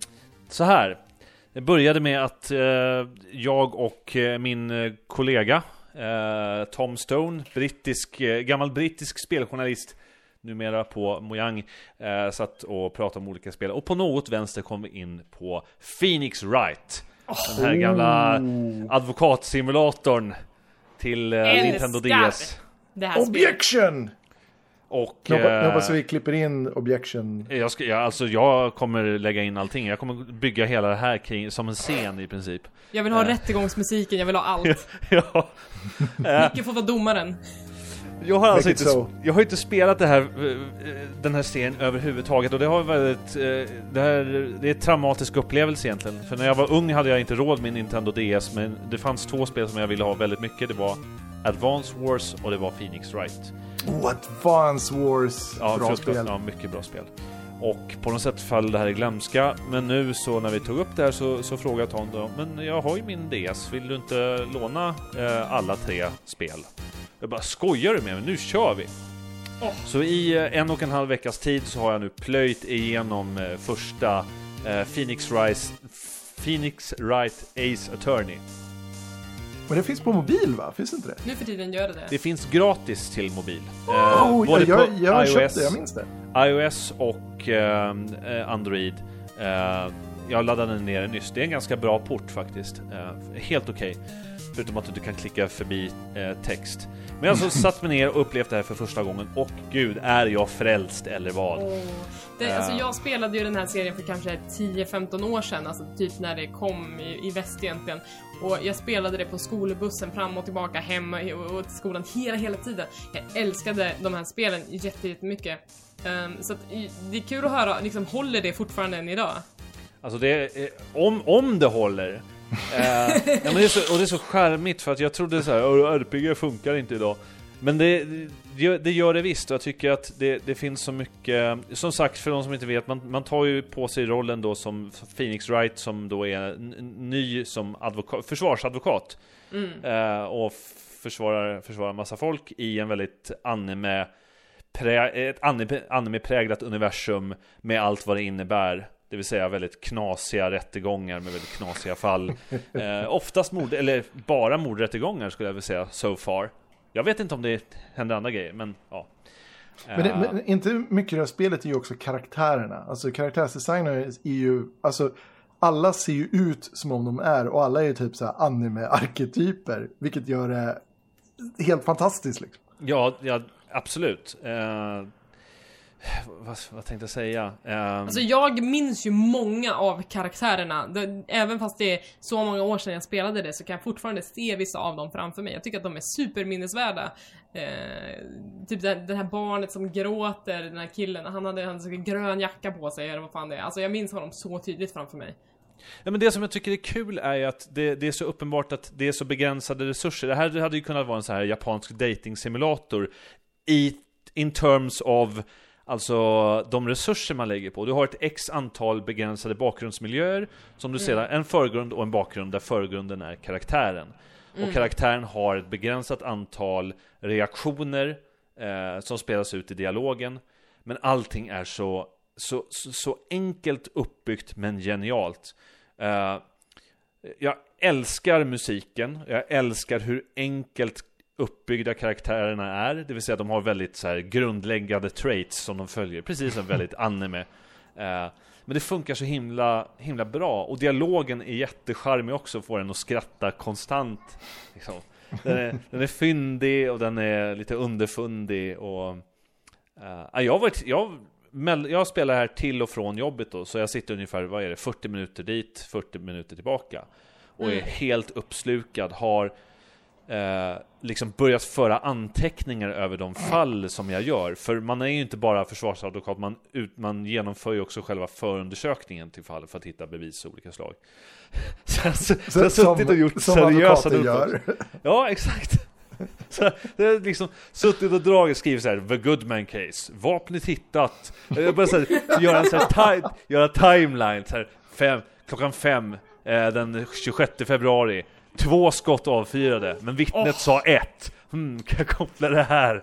Speaker 2: så här. Det började med att uh, jag och uh, min uh, kollega uh, Tom Stone, brittisk, uh, gammal brittisk speljournalist, numera på Mojang, uh, satt och pratade om olika spel. Och på något vänster kom vi in på Phoenix Wright. Oh. Den här gamla advokatsimulatorn till uh, Nintendo D S.
Speaker 3: Objection!
Speaker 2: Och
Speaker 3: jag hoppas, jag hoppas vi klipper in objection.
Speaker 2: Jag, ska, ja, alltså jag kommer lägga in allting. Jag kommer bygga hela det här kring, som en scen i princip.
Speaker 1: Jag vill ha uh. rättegångsmusiken, jag vill ha allt.
Speaker 2: Ja.
Speaker 1: Micke får vara domaren.
Speaker 2: Jag har alltså inte, so. jag har inte spelat det här, den här serien överhuvudtaget, och det har väldigt det här, det är en traumatisk upplevelse egentligen. För när jag var ung hade jag inte råd med Nintendo D S, men det fanns två spel som jag ville ha väldigt mycket. Det var Advance Wars och det var Phoenix Wright.
Speaker 3: Oh, Advance Wars,
Speaker 2: ja,
Speaker 3: bra spel.
Speaker 2: Ja, mycket bra spel. Och på något sätt föll det här i glömska. Men nu så när vi tog upp det här så, så frågade Tom då, men jag har ju min D S, vill du inte låna eh, alla tre spel? Jag bara, skojar du med mig? Nu kör vi! Oh. Så i eh, en och en halv veckas tid så har jag nu plöjt igenom eh, första eh, Phoenix Wright Phoenix Wright Ace Attorney.
Speaker 3: Men det finns på mobil, va? Finns inte det?
Speaker 1: Nu för tiden gör det det.
Speaker 2: Det finns gratis till mobil.
Speaker 3: Oh, eh, både jag, jag, jag har köpt det, jag minns det.
Speaker 2: iOS och eh, Android. Eh, jag laddade ner den nyss. Det är en ganska bra port faktiskt. Eh, helt okej. Okay. Förutom att du kan klicka förbi eh, text. Men jag har alltså satt mig ner och upplevt det här för första gången. Och gud, är jag frälst eller vad?
Speaker 1: Oh. Det, uh. alltså jag spelade ju den här serien för kanske tio femton år sedan. Alltså typ när det kom i, i väst egentligen. Och jag spelade det på skolbussen fram och tillbaka hem och, och till skolan hela, hela tiden. Jag älskade de här spelen jättemycket. Um, så att, det är kul att höra, liksom, håller det fortfarande än idag?
Speaker 2: Alltså det är, om, om det håller... uh, ja, men det är så, och det är så charmigt, för att jag trodde så här, R P G funkar inte idag. Men det, det, det gör det visst. Jag tycker att det, det finns så mycket. Som sagt, för de som inte vet, man, man tar ju på sig rollen då som Phoenix Wright, som då är n- ny som advokat, försvarsadvokat. Mm. eh, och försvarar, försvarar massa folk i en väldigt anime prä, ett anime, anime-präglat universum med allt vad det innebär. Det vill säga väldigt knasiga rättegångar med väldigt knasiga fall. eh, oftast mord, eller bara mordrättegångar skulle jag vilja säga so far. Jag vet inte om det händer andra grejer, men ja.
Speaker 3: Men, det, men inte mycket av spelet är ju också karaktärerna. Alltså karaktärsdesigner är ju, alltså alla ser ju ut som om de är, och alla är ju typ så här anime-arketyper, vilket gör det helt fantastiskt liksom.
Speaker 2: Ja, ja absolut. Eh, vad, vad tänkte jag säga? Eh,
Speaker 1: alltså jag minns ju många av karaktärerna. Det, även fast det är så många år sedan jag spelade det, så kan jag fortfarande se vissa av dem framför mig. Jag tycker att de är superminnesvärda. Eh, typ det, det här barnet som gråter, den här killen, han hade en grön jacka på sig eller vad fan det är. Alltså jag minns honom så tydligt framför mig.
Speaker 2: Ja, men det som jag tycker är kul är ju att det, det är så uppenbart att det är så begränsade resurser. Det här hade ju kunnat vara en så här japansk dating-simulator i in terms of alltså de resurser man lägger på. Du har ett x antal begränsade bakgrundsmiljöer som du mm. ser, en förgrund och en bakgrund där förgrunden är karaktären. Mm. Och karaktären har ett begränsat antal reaktioner eh, som spelas ut i dialogen. Men allting är så Så, så, så enkelt uppbyggt men genialt. uh, Jag älskar musiken. Jag älskar hur enkelt uppbyggda karaktärerna är. Det vill säga att de har väldigt så här grundläggande traits som de följer, precis som väldigt anime. uh, Men det funkar så himla, himla bra. Och dialogen är jättecharmig också. Får en att skratta konstant liksom. den, är, den är fyndig och den är lite underfundig. Och uh, jag har varit jag Jag spelar här till och från jobbet då, så jag sitter ungefär, vad är det, fyrtio minuter dit, fyrtio minuter tillbaka. Och mm. är helt uppslukad, har eh, liksom börjat föra anteckningar över de fall som jag gör. För man är ju inte bara försvarsadvokat, man, ut, man genomför ju också själva förundersökningen till fall för att hitta bevis av olika slag. Så, så, så jag har suttit och gjort seriösa gör. Ja, exakt. Så det är liksom suttit och dragit, skrivit så här: The Goodman Case, vapnet hittat. Jag bara så här, göra en så här ti- göra timeline så här, fem, klockan fem eh, den tjugosjätte februari. Två skott avfyrade, men vittnet oh. sa ett. Hmm, kan jag koppla det här?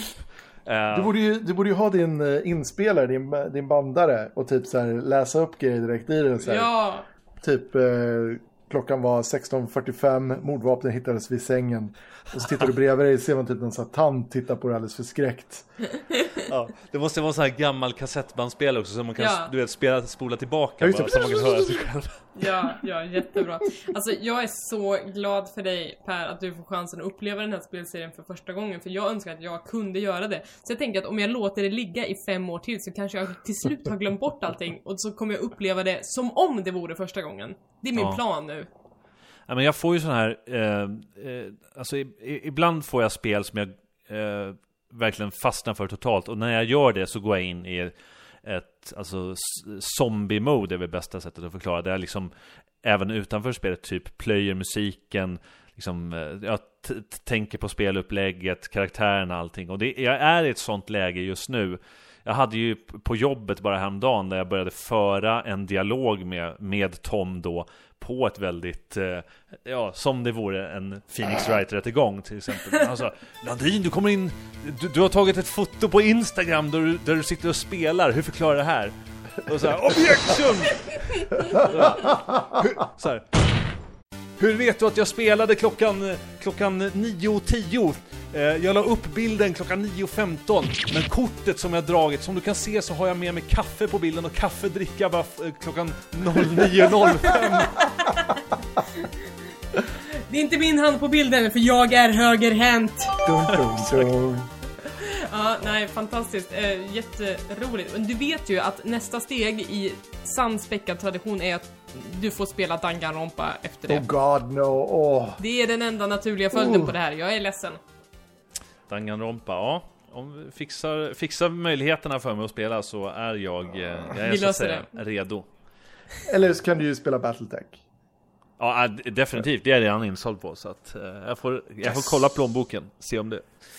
Speaker 2: Uh,
Speaker 3: du, borde ju, du borde ju ha din uh, inspelare, din, din bandare, och typ så här, läsa upp grejer direkt i den så här.
Speaker 1: Ja.
Speaker 3: Typ uh, klockan var sexton fyrtiofem, mordvapnet hittades vid sängen. Och så tittar du bredvid dig, ser man typ en sån här tant titta på det alldeles förskräckt.
Speaker 2: Ja, det måste vara en sån här gammal kassettbandspel också, så man kan
Speaker 1: ja.
Speaker 2: du vet, spela, spola tillbaka bara, så man kan höra sig själv.
Speaker 1: Ja, ja, jättebra. Alltså jag är så glad för dig, Per, att du får chansen att uppleva den här spelserien för första gången. För jag önskar att jag kunde göra det. Så jag tänker att om jag låter det ligga i fem år till, så kanske jag till slut har glömt bort allting. Och så kommer jag uppleva det som om det vore första gången. Det är min ja. plan nu.
Speaker 2: Ja, men jag får ju sån här eh, eh, alltså i, i, ibland får jag spel som jag eh, verkligen fastnar för totalt, och när jag gör det så går jag in i ett alltså zombie-mode är väl bästa sättet att förklara det. Jag liksom även utanför spelet typ plöjer musiken, liksom, jag t- t- tänker på spelupplägget, karaktärerna, allting, och det, jag är i ett sånt läge just nu. Jag hade ju på jobbet bara häromdagen där jag började föra en dialog med, med Tom då, på ett väldigt, eh, ja, som det vore en Phoenix Wright-rättegång till exempel. Han sa: Landin, du kommer in, du, du har tagit ett foto på Instagram där du, där du sitter och spelar, hur förklarar det här? Och så här, objection! Så här. Hur vet du att jag spelade klockan, klockan nio tio? Jag la upp bilden klockan nio femton. Men kortet som jag dragit, som du kan se så har jag med mig kaffe på bilden, och kaffe dricka bara klockan nio noll fem.
Speaker 1: Det är inte min hand på bilden, för jag är högerhänt.
Speaker 3: Dun, dun, dun.
Speaker 1: Ja, nej, fantastiskt. Eh, jätteroligt. Men du vet ju att nästa steg i sann späckad tradition är att du får spela Danganronpa efter det.
Speaker 3: Oh god, no. Oh.
Speaker 1: Det är den enda naturliga följden oh. på det här. Jag är ledsen.
Speaker 2: Danganronpa, ja. Om vi fixar, fixar möjligheterna för mig att spela, så är jag, jag är så att säga redo.
Speaker 3: Eller så kan du ju spela Battletech.
Speaker 2: Ja, definitivt. Det är jag redan insåld på. Så att, uh, jag, får, jag får kolla plånboken. Se om det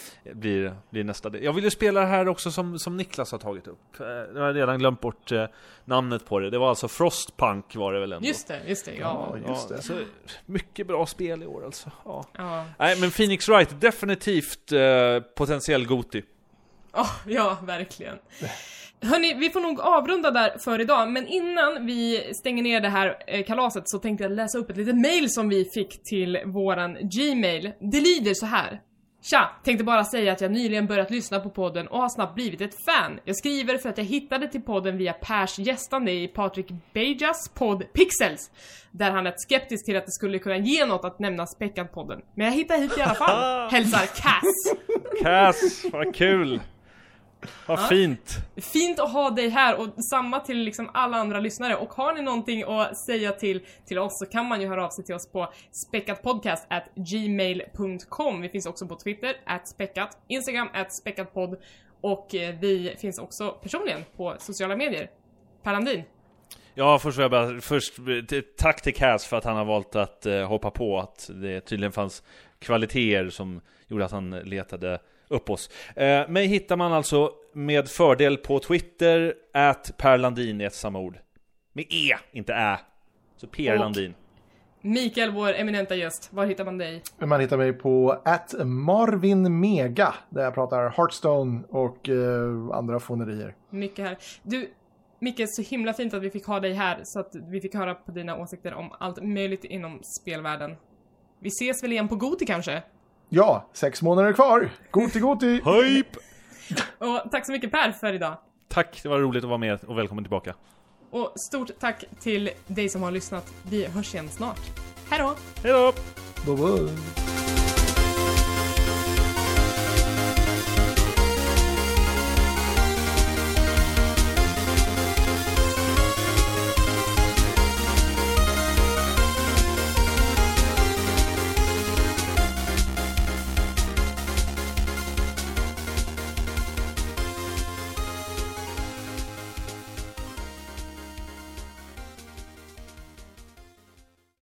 Speaker 2: blir, blir nästa del. Jag vill ju spela det här också som, som Niklas har tagit upp. Uh, jag har redan glömt bort uh, namnet på det. Det var alltså Frostpunk var det väl ändå.
Speaker 1: Just det, just det. Ja,
Speaker 3: ja just det.
Speaker 2: Ja, så, mycket bra spel i år alltså. Ja.
Speaker 1: Ja.
Speaker 2: Nej, men Phoenix Wright, definitivt uh, potentiell Goti.
Speaker 1: Oh, ja, verkligen. Hörrni, vi får nog avrunda där för idag. Men innan vi stänger ner det här eh, kalaset så tänkte jag läsa upp ett litet mail som vi fick till våran Gmail. Det lyder så här. Tja, tänkte bara säga att jag nyligen börjat lyssna på podden och har snabbt blivit ett fan. Jag skriver för att jag hittade till podden via Pers gästande i Patrik Bejas podd Pixels. Där han är skeptisk till att det skulle kunna ge något att nämna Späckat-podden. Men jag hittade hit i alla fall. Hälsar Cass.
Speaker 2: Cass, vad kul. Vad ja. fint.
Speaker 1: Fint att ha dig här och samma till liksom alla andra lyssnare. Och har ni någonting att säga till, till oss så kan man ju höra av sig till oss på späckatpodcast at gmail dot com. Vi finns också på Twitter at späckat, Instagram at späckatpodd och vi finns också personligen på sociala medier. Per Landin.
Speaker 2: Ja, först vill jag bara först tack till Cass för att han har valt att uh, hoppa på att det tydligen fanns kvaliteter som gjorde att han letade upp oss. Eh, mig hittar man alltså med fördel på Twitter at Per Landin i ett samma ord. Med E, inte Ä. Så Per Landin.
Speaker 1: Mikael, vår eminenta gäst, var hittar man dig?
Speaker 3: Man hittar mig på at Marvin Mega där jag pratar Hearthstone och eh, andra fonerier.
Speaker 1: Mycket här. Du, Micke, så himla fint att vi fick ha dig här så att vi fick höra på dina åsikter om allt möjligt inom spelvärlden. Vi ses väl igen på Goti kanske?
Speaker 3: Ja, sex månader kvar. Goti, goti.
Speaker 2: Hype!
Speaker 1: Och tack så mycket Per för idag.
Speaker 2: Tack, det var roligt att vara med och välkommen tillbaka.
Speaker 1: Och stort tack till dig som har lyssnat. Vi hörs igen snart. Hej då!
Speaker 2: Hej då!
Speaker 3: Bye bye.